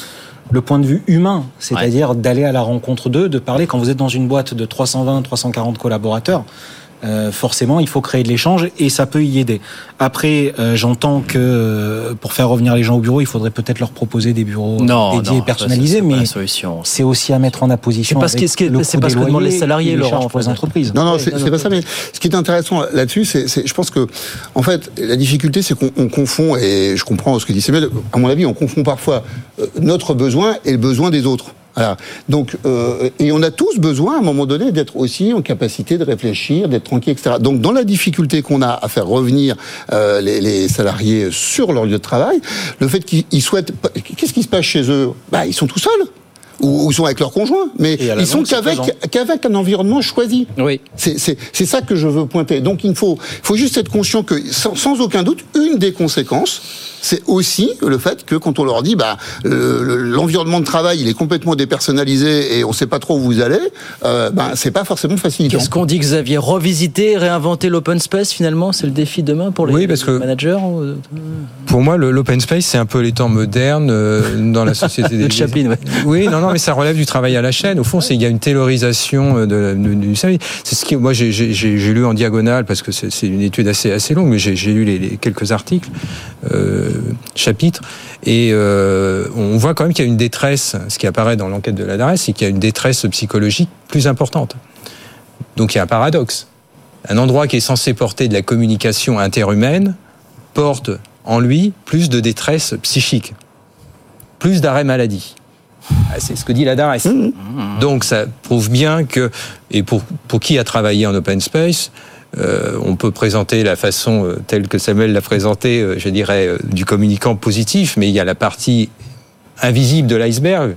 [SPEAKER 11] le point de vue humain, c'est-à-dire ouais. d'aller à la rencontre d'eux, de parler. Quand vous êtes dans une boîte de trois cent vingt, trois cent quarante collaborateurs, Euh, forcément, il faut créer de l'échange et ça peut y aider. Après, euh, j'entends que euh, pour faire revenir les gens au bureau, il faudrait peut-être leur proposer des bureaux non, dédiés non, et personnalisés, ça, c'est mais c'est aussi à mettre en apposition.
[SPEAKER 2] C'est pas ce que c'est pas ce que demandent les salariés, Laurent, pour les entreprises.
[SPEAKER 10] Non, non, c'est, c'est pas ça. Mais ce qui est intéressant là-dessus, c'est, c'est je pense que, en fait, la difficulté, c'est qu'on on confond, et je comprends ce que dit Samuel. À mon avis, on confond parfois notre besoin et le besoin des autres. Voilà. Donc, euh, et on a tous besoin, à un moment donné, d'être aussi en capacité de réfléchir, d'être tranquille, et cetera. Donc, dans la difficulté qu'on a à faire revenir euh, les, les salariés sur leur lieu de travail, le fait qu'ils souhaitent... Qu'est-ce qui se passe chez eux ? Bah, ils sont tout seuls. Ou ils sont avec leur conjoint, mais ils sont qu'avec qu'avec un environnement choisi.
[SPEAKER 2] Oui.
[SPEAKER 10] C'est c'est c'est ça que je veux pointer. Donc il faut faut juste être conscient que sans, sans aucun doute une des conséquences, c'est aussi le fait que quand on leur dit bah le, le, l'environnement de travail il est complètement dépersonnalisé et on sait pas trop où vous allez, euh, bah c'est pas forcément facilitant.
[SPEAKER 2] Qu'est-ce qu'on dit, Xavier ? Revisiter, réinventer l'open space finalement, c'est le défi demain pour les,
[SPEAKER 12] oui, parce
[SPEAKER 2] les
[SPEAKER 12] que
[SPEAKER 2] managers ou...
[SPEAKER 12] Pour moi, le, l'open space c'est un peu les temps modernes euh, dans la société des.
[SPEAKER 2] De Chaplin, ouais.
[SPEAKER 12] Oui, non, non, mais ça relève du travail à la chaîne. Au fond, c'est il y a une taylorisation de, de, du service. C'est ce qui, moi, j'ai, j'ai, j'ai lu en diagonale parce que c'est, c'est une étude assez assez longue, mais j'ai, j'ai lu les, les quelques articles, euh, chapitres, et euh, on voit quand même qu'il y a une détresse. Ce qui apparaît dans l'enquête de la D A R E S, c'est qu'il y a une détresse psychologique plus importante. Donc il y a un paradoxe. Un endroit qui est censé porter de la communication interhumaine porte en lui plus de détresse psychique, plus d'arrêt maladie. C'est ce que dit la D A R E S. Mmh. Donc ça prouve bien que, et pour, pour qui a travaillé en open space, euh, on peut présenter la façon euh, telle que Samuel l'a présentée, euh, je dirais, euh, du communicant positif, mais il y a la partie invisible de l'iceberg,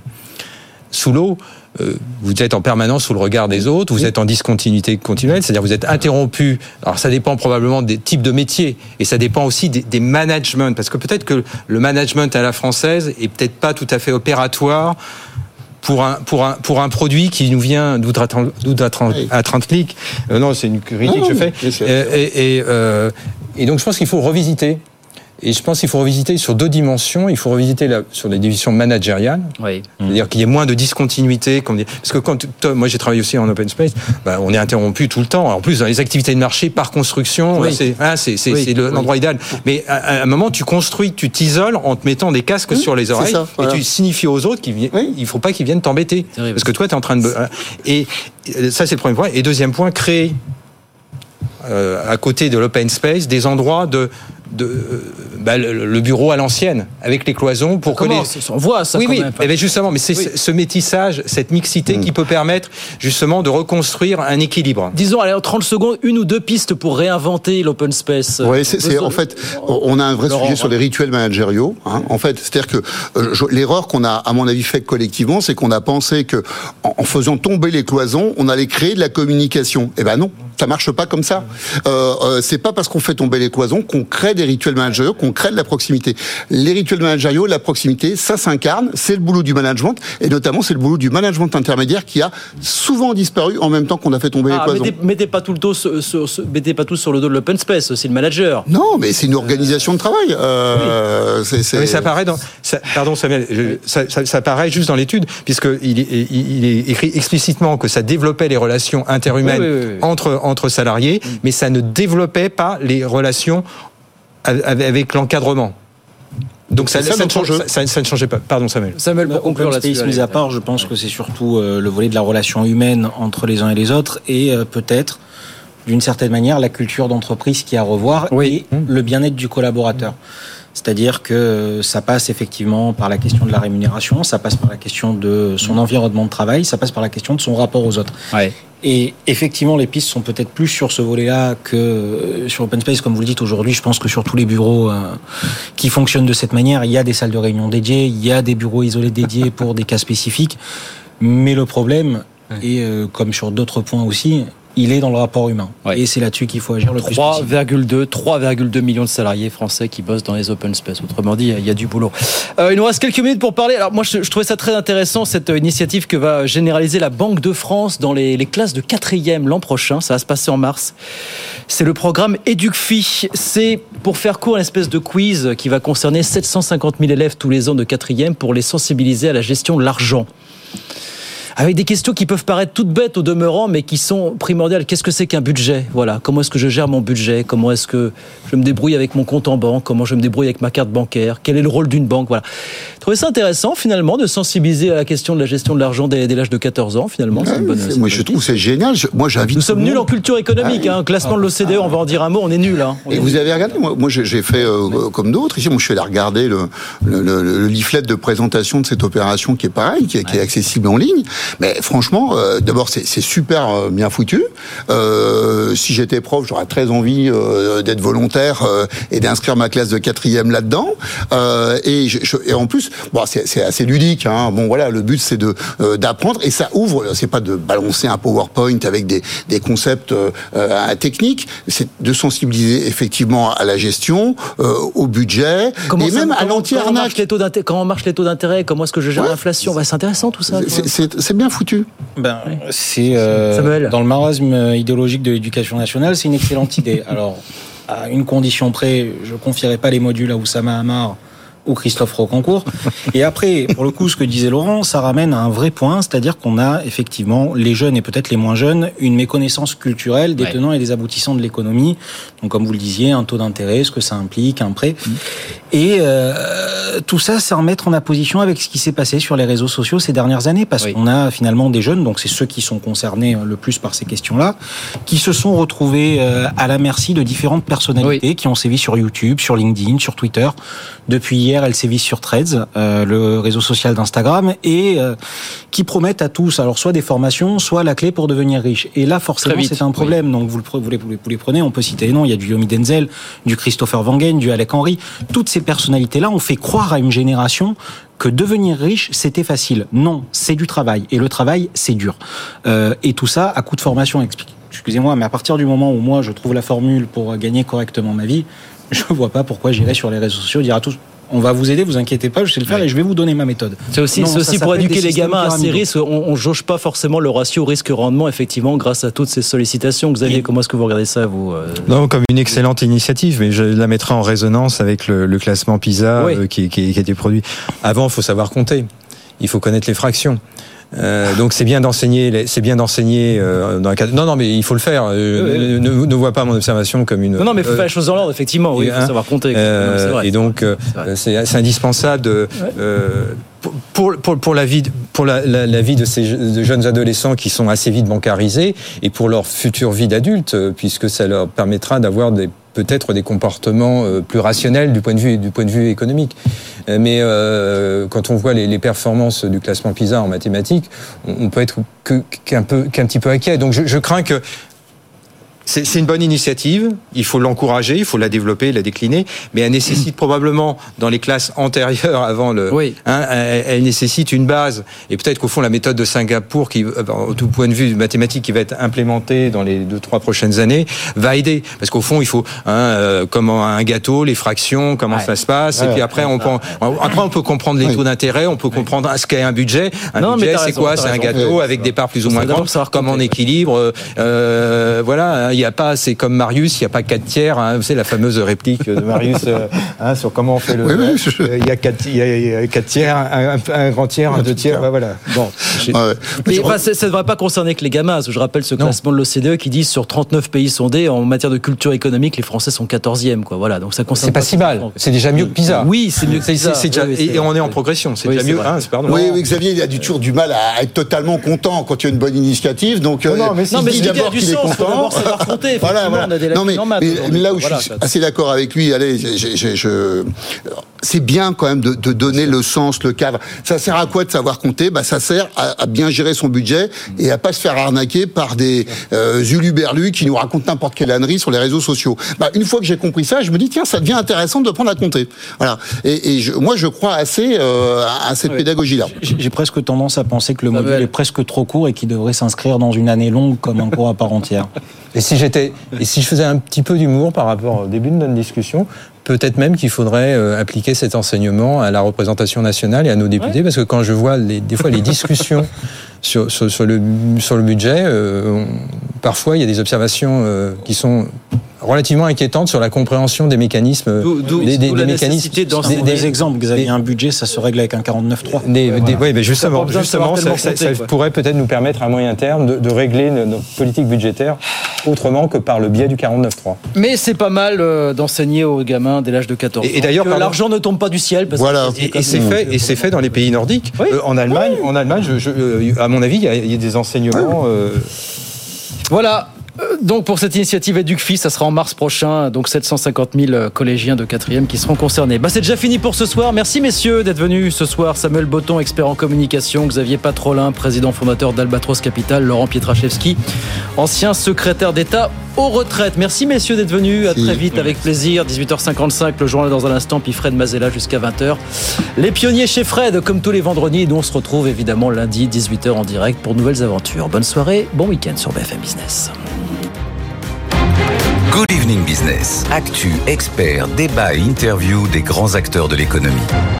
[SPEAKER 12] sous l'eau. Euh, vous êtes en permanence sous le regard des autres, vous êtes en discontinuité continuelle, c'est-à-dire vous êtes interrompu. Alors ça dépend probablement des types de métiers et ça dépend aussi des, des managements, parce que peut-être que le management à la française est peut-être pas tout à fait opératoire pour un pour un pour un produit qui nous vient d'outre-Atlantique. Euh, non, c'est une critique non, que je fais. Euh, et et, euh, et donc je pense qu'il faut revisiter. Et je pense qu'il faut revisiter sur deux dimensions. Il faut revisiter la, sur les divisions managériales.
[SPEAKER 2] Oui.
[SPEAKER 12] C'est-à-dire qu'il y ait moins de discontinuité. Comme, parce que quand, moi j'ai travaillé aussi en open space, bah, on est interrompu tout le temps. En plus, dans les activités de marché, par construction, oui. c'est, ah, c'est, c'est, oui. c'est le, oui. l'endroit idéal. Mais à, à un moment, tu construis, tu t'isoles en te mettant des casques mmh, sur les oreilles. Ça, voilà. Et tu signifies aux autres qu'il oui. il faut pas qu'ils viennent t'embêter. Parce que toi, tu es en train de... Et ça, c'est le premier point. Et deuxième point, créer, euh, à côté de l'open space, des endroits de... de bah, le, le bureau à l'ancienne avec les cloisons pour
[SPEAKER 2] que
[SPEAKER 12] les...
[SPEAKER 2] on voit ça
[SPEAKER 12] oui
[SPEAKER 2] quand
[SPEAKER 12] oui
[SPEAKER 2] même.
[SPEAKER 12] Eh bien justement mais c'est oui. ce métissage, cette mixité mmh. qui peut permettre justement de reconstruire un équilibre.
[SPEAKER 2] Disons allez en trente secondes une ou deux pistes pour réinventer l'open space.
[SPEAKER 10] Oui, c'est, c'est en fait on a un vrai Laurent, sujet sur les rituels managériaux hein. En fait, c'est-à-dire que euh, je, l'erreur qu'on a à mon avis fait collectivement, c'est qu'on a pensé que en, en faisant tomber les cloisons, on allait créer de la communication. Eh ben non, ça marche pas comme ça. Euh, euh, c'est pas parce qu'on fait tomber les cloisons qu'on crée des rituels managériaux, qu'on crée de la proximité. Les rituels managériaux, la proximité, ça s'incarne, c'est le boulot du management, et notamment c'est le boulot du management intermédiaire qui a souvent disparu en même temps qu'on a fait tomber ah, les cloisons.
[SPEAKER 2] Mettez, mettez pas tout le dos, sur, sur, mettez pas tout sur le dos de l'open space, c'est le manager.
[SPEAKER 10] Non, mais c'est une organisation de travail. Euh,
[SPEAKER 12] oui. c'est, c'est... Mais ça paraît dans, ça, pardon Samuel, je, ça, ça, ça paraît juste dans l'étude, puisque il est, il est écrit explicitement que ça développait les relations interhumaines oui, oui, oui, oui. entre entre salariés, mmh. mais ça ne développait pas les relations avec l'encadrement. Donc ça, ça, ça, ne change, ça, ça ne changeait pas. Pardon Samuel.
[SPEAKER 2] Samuel, pour conclure là-dessus.
[SPEAKER 11] Mis à part, je pense que c'est surtout euh, le volet de la relation humaine entre les uns et les autres et euh, peut-être, d'une certaine manière, la culture d'entreprise qui est à revoir oui. et mmh. le bien-être du collaborateur. C'est-à-dire que ça passe effectivement par la question de la rémunération, ça passe par la question de son environnement de travail, ça passe par la question de son rapport aux autres.
[SPEAKER 2] Ouais.
[SPEAKER 11] Et effectivement, les pistes sont peut-être plus sur ce volet-là que sur Open Space, comme vous le dites aujourd'hui. Je pense que sur tous les bureaux euh, qui fonctionnent de cette manière, il y a des salles de réunion dédiées, il y a des bureaux isolés dédiés pour des cas spécifiques. Mais le problème, et euh, comme sur d'autres points aussi, il est dans le rapport humain.
[SPEAKER 2] Ouais.
[SPEAKER 11] Et c'est là-dessus qu'il faut agir le plus
[SPEAKER 2] trois
[SPEAKER 11] possible.
[SPEAKER 2] trois virgule deux millions de salariés français qui bossent dans les open space. Autrement dit, il y a du boulot. Euh, il nous reste quelques minutes pour parler. Alors moi, je, je trouvais ça très intéressant, cette initiative que va généraliser la Banque de France dans les, les classes de quatrième l'an prochain. Ça va se passer en mars. C'est le programme EducFi. C'est, pour faire court, une espèce de quiz qui va concerner sept cent cinquante mille élèves tous les ans de quatrième pour les sensibiliser à la gestion de l'argent. Avec des questions qui peuvent paraître toutes bêtes au demeurant, mais qui sont primordiales. Qu'est-ce que c'est qu'un budget ? Voilà. Comment est-ce que je gère mon budget ? Comment est-ce que je me débrouille avec mon compte en banque ? Comment je me débrouille avec ma carte bancaire ? Quel est le rôle d'une banque ? Voilà. Je trouvais ça intéressant, finalement, de sensibiliser à la question de la gestion de l'argent dès, dès l'âge de quatorze ans, finalement. C'est
[SPEAKER 10] ouais,
[SPEAKER 2] une bonne,
[SPEAKER 10] c'est,
[SPEAKER 2] c'est
[SPEAKER 10] moi,
[SPEAKER 2] une
[SPEAKER 10] je trouve que c'est génial. Je, moi, j'invite
[SPEAKER 2] Nous sommes nuls en culture économique.
[SPEAKER 10] Ah,
[SPEAKER 2] hein. Classement de l'O C D E, on va en dire un mot, on est nuls. Hein.
[SPEAKER 10] Et vous avez regardé, moi, moi j'ai, j'ai fait euh, oui. comme d'autres. Ici, moi, je suis allé regarder le, le, le, le leaflet de présentation de cette opération qui est pareil, qui est, ouais. qui est accessible en ligne. Mais franchement, Euh, d'abord, c'est, c'est super euh, bien foutu. Euh, si j'étais prof, j'aurais très envie euh, d'être volontaire euh, et d'inscrire ma classe de quatrième là-dedans. Euh, et, je, je, et en plus, bon, c'est, c'est assez ludique. Hein. Bon, voilà, le but c'est de euh, d'apprendre et ça ouvre. C'est pas de balancer un PowerPoint avec des des concepts euh, euh, techniques. C'est de sensibiliser effectivement à la gestion, euh, au budget
[SPEAKER 2] comment
[SPEAKER 10] et
[SPEAKER 2] ça,
[SPEAKER 10] même
[SPEAKER 2] comment,
[SPEAKER 10] à l'anti-arnaque.
[SPEAKER 2] Comment marchent les taux d'intérêt ? Comment est-ce que je gère ouais. l'inflation ? bah, C'est intéressant tout ça.
[SPEAKER 10] C'est, c'est, c'est bien foutu.
[SPEAKER 11] Ben, c'est euh, dans le marasme idéologique de l'éducation nationale, c'est une excellente idée. Alors, à une condition près, je confierai pas les modules à Oussama Hamar ou Christophe Rocancourt. Et après, pour le coup, ce que disait Laurent, ça ramène à un vrai point, c'est-à-dire qu'on a effectivement, les jeunes et peut-être les moins jeunes, une méconnaissance culturelle des ouais. tenants et des aboutissants de l'économie. Donc, comme vous le disiez, un taux d'intérêt, ce que ça implique, un prêt. Mmh. Et euh, tout ça, c'est remettre en opposition avec ce qui s'est passé sur les réseaux sociaux ces dernières années, parce oui. qu'on a finalement des jeunes, donc c'est ceux qui sont concernés le plus par ces questions-là, qui se sont retrouvés euh, à la merci de différentes personnalités oui. qui ont sévi sur YouTube, sur LinkedIn, sur Twitter. Depuis hier, elles sévissent sur Threads, euh, le réseau social d'Instagram, et euh, qui promettent à tous, alors soit des formations, soit la clé pour devenir riche. Et là, forcément, c'est un problème. Oui. Donc vous, le, vous, les, vous les prenez, on peut citer les noms. Il y a du Yomi Denzel, du Christopher Wangen, du Alec Henry. Toutes ces personnalités-là ont fait croire à une génération que devenir riche, c'était facile. Non, c'est du travail. Et le travail, c'est dur. Euh, et tout ça à coup de formation. Excusez-moi, mais à partir du moment où moi, je trouve la formule pour gagner correctement ma vie, je ne vois pas pourquoi j'irai sur les réseaux sociaux dire à tous on va vous aider, vous inquiétez pas, je sais le faire ouais. et je vais vous donner ma méthode.
[SPEAKER 2] C'est aussi, non, c'est aussi pour éduquer les gamins à ces risques. On, on jauge pas forcément le ratio risque-rendement, effectivement, grâce à toutes ces sollicitations. Xavier, et... comment est-ce que vous regardez ça, vous euh...
[SPEAKER 12] Non, comme une excellente initiative, mais je la mettrai en résonance avec le, le classement PISA oui. euh, qui, qui, qui a été produit. Avant, il faut savoir compter. Il faut connaître les fractions. Euh, donc c'est bien d'enseigner, c'est bien d'enseigner euh, dans un cadre. Non, non, mais il faut le faire. Euh, oui. ne, ne vois pas mon observation comme une.
[SPEAKER 2] Non, non mais il faut euh, faire les choses dans l'ordre, effectivement. Oui, il faut hein, savoir compter.
[SPEAKER 12] Euh,
[SPEAKER 2] non, c'est vrai,
[SPEAKER 12] et donc c'est, c'est, c'est indispensable de. Ouais. Euh, Pour, pour, pour, la vie, pour la, la, la vie de ces de jeunes adolescents qui sont assez vite bancarisés et pour leur future vie d'adulte, puisque ça leur permettra d'avoir des, peut-être des comportements plus rationnels du point de vue, du point de vue économique. Mais euh, quand on voit les, les performances du classement PISA en mathématiques, on, on peut être que, qu'un, peu, qu'un petit peu inquiet. Donc je, je crains que C'est, c'est une bonne initiative, il faut l'encourager, il faut la développer, la décliner, mais elle nécessite probablement, dans les classes antérieures avant le... Oui. Hein, elle, elle nécessite une base, et peut-être qu'au fond, la méthode de Singapour, qui, au tout point de vue mathématique, qui va être implémentée dans les deux, trois prochaines années, va aider. Parce qu'au fond, il faut, hein, euh, comment un gâteau, les fractions, comment ouais. ça se passe, ouais, et puis après, ouais, on peut, ouais. après, on peut comprendre les ouais. taux d'intérêt, on peut comprendre ce qu'est un budget. Un non, budget, c'est raison, quoi? C'est raison. Un gâteau ouais. avec des parts plus ou moins grandes, comment on équilibre, euh, voilà, il n'y a pas, c'est comme Marius, il n'y a pas quatre tiers, hein, vous savez la fameuse réplique de Marius euh, hein, sur comment on fait le. Oui, oui, je... euh, il y a quatre, il y a quatre tiers, un, un, un grand tiers, un deux tiers, bah, voilà. Bon.
[SPEAKER 2] Ouais. Mais enfin, ça ne devrait pas concerner que les gamins. Parce que je rappelle ce classement non. de l'O C D E qui dit sur trente-neuf pays sondés en matière de culture économique, les Français sont quatorzième, quoi. Voilà, donc ça concerne.
[SPEAKER 12] C'est pas, pas si mal. C'est déjà mieux que PISA.
[SPEAKER 2] Oui, c'est mieux que PISA.
[SPEAKER 12] C'est, c'est déjà, oui, oui, c'est et on est en progression. C'est oui, déjà c'est mieux. Hein, c'est pardon.
[SPEAKER 10] Oui, oui, Xavier, il a toujours du mal à être totalement content quand il y a une bonne initiative. Donc,
[SPEAKER 2] non, non mais si il dit d'abord qu'il est content. Voilà, voilà.
[SPEAKER 10] Non, mais, mais, mais là où voilà, je suis assez d'accord avec lui, allez, je, je, je, c'est bien quand même de, de donner le sens, le cadre. Ça sert à quoi de savoir compter? Bah, ça sert à, à bien gérer son budget et à pas se faire arnaquer par des euh, uluberlus qui nous racontent n'importe quelle ânerie sur les réseaux sociaux. Bah, une fois que j'ai compris ça, je me dis tiens, ça devient intéressant de prendre à compter. Voilà. Et, et je, moi, je crois assez euh, à cette oui. pédagogie-là.
[SPEAKER 11] J'ai presque tendance à penser que le module est presque trop court et qu'il devrait s'inscrire dans une année longue comme un cours à part entière.
[SPEAKER 12] Et si j'étais, et si je faisais un petit peu d'humour par rapport au début de notre discussion, peut-être même qu'il faudrait euh, appliquer cet enseignement à la représentation nationale et à nos députés, ouais. parce que quand je vois les, des fois les discussions sur, sur, sur, le, sur le budget, euh, on, parfois il y a des observations euh, qui sont relativement inquiétante sur la compréhension des mécanismes.
[SPEAKER 2] D'où, d'où,
[SPEAKER 11] des, des,
[SPEAKER 2] d'où la
[SPEAKER 11] des
[SPEAKER 2] nécessité
[SPEAKER 11] mécanismes, des, des, des exemples. Vous avez des, un budget, ça se règle avec un quarante-neuf trois.
[SPEAKER 12] Des, des, oui, mais justement, ça, justement, ça, ça, compter, ça pourrait peut-être nous permettre à moyen terme de, de régler notre politique budgétaire autrement que par le biais du quarante-neuf trois.
[SPEAKER 2] Mais c'est pas mal euh, d'enseigner aux gamins dès l'âge de quatorze ans.
[SPEAKER 12] Et, et d'ailleurs,
[SPEAKER 2] que l'argent ne tombe pas du ciel. Parce
[SPEAKER 12] voilà. Que et, et c'est fait, et c'est fait dans les pays nordiques. Oui. Euh, en Allemagne, oui. en Allemagne, je, je, à mon avis, il y a, il y a des enseignements. Oui. Euh...
[SPEAKER 2] Voilà. Donc pour cette initiative EducFi, ça sera en mars prochain, donc sept cent cinquante mille collégiens de quatrième qui seront concernés. Bah, c'est déjà fini pour ce soir. Merci messieurs d'être venus ce soir. Samuel Botton, expert en communication, Xavier Patrolin, président fondateur d'Albatros Capital, Laurent Pietraszewski, ancien secrétaire d'État aux retraites. Merci messieurs d'être venus. À très vite, avec plaisir. dix-huit heures cinquante-cinq, le journal dans un instant, puis Fred Mazella jusqu'à vingt heures. Les pionniers chez Fred, comme tous les vendredis. Nous on se retrouve évidemment lundi, dix-huit heures en direct pour nouvelles aventures. Bonne soirée, bon week-end sur B F M Business.
[SPEAKER 1] Good Evening Business. Actu, experts, débat et interview des grands acteurs de l'économie.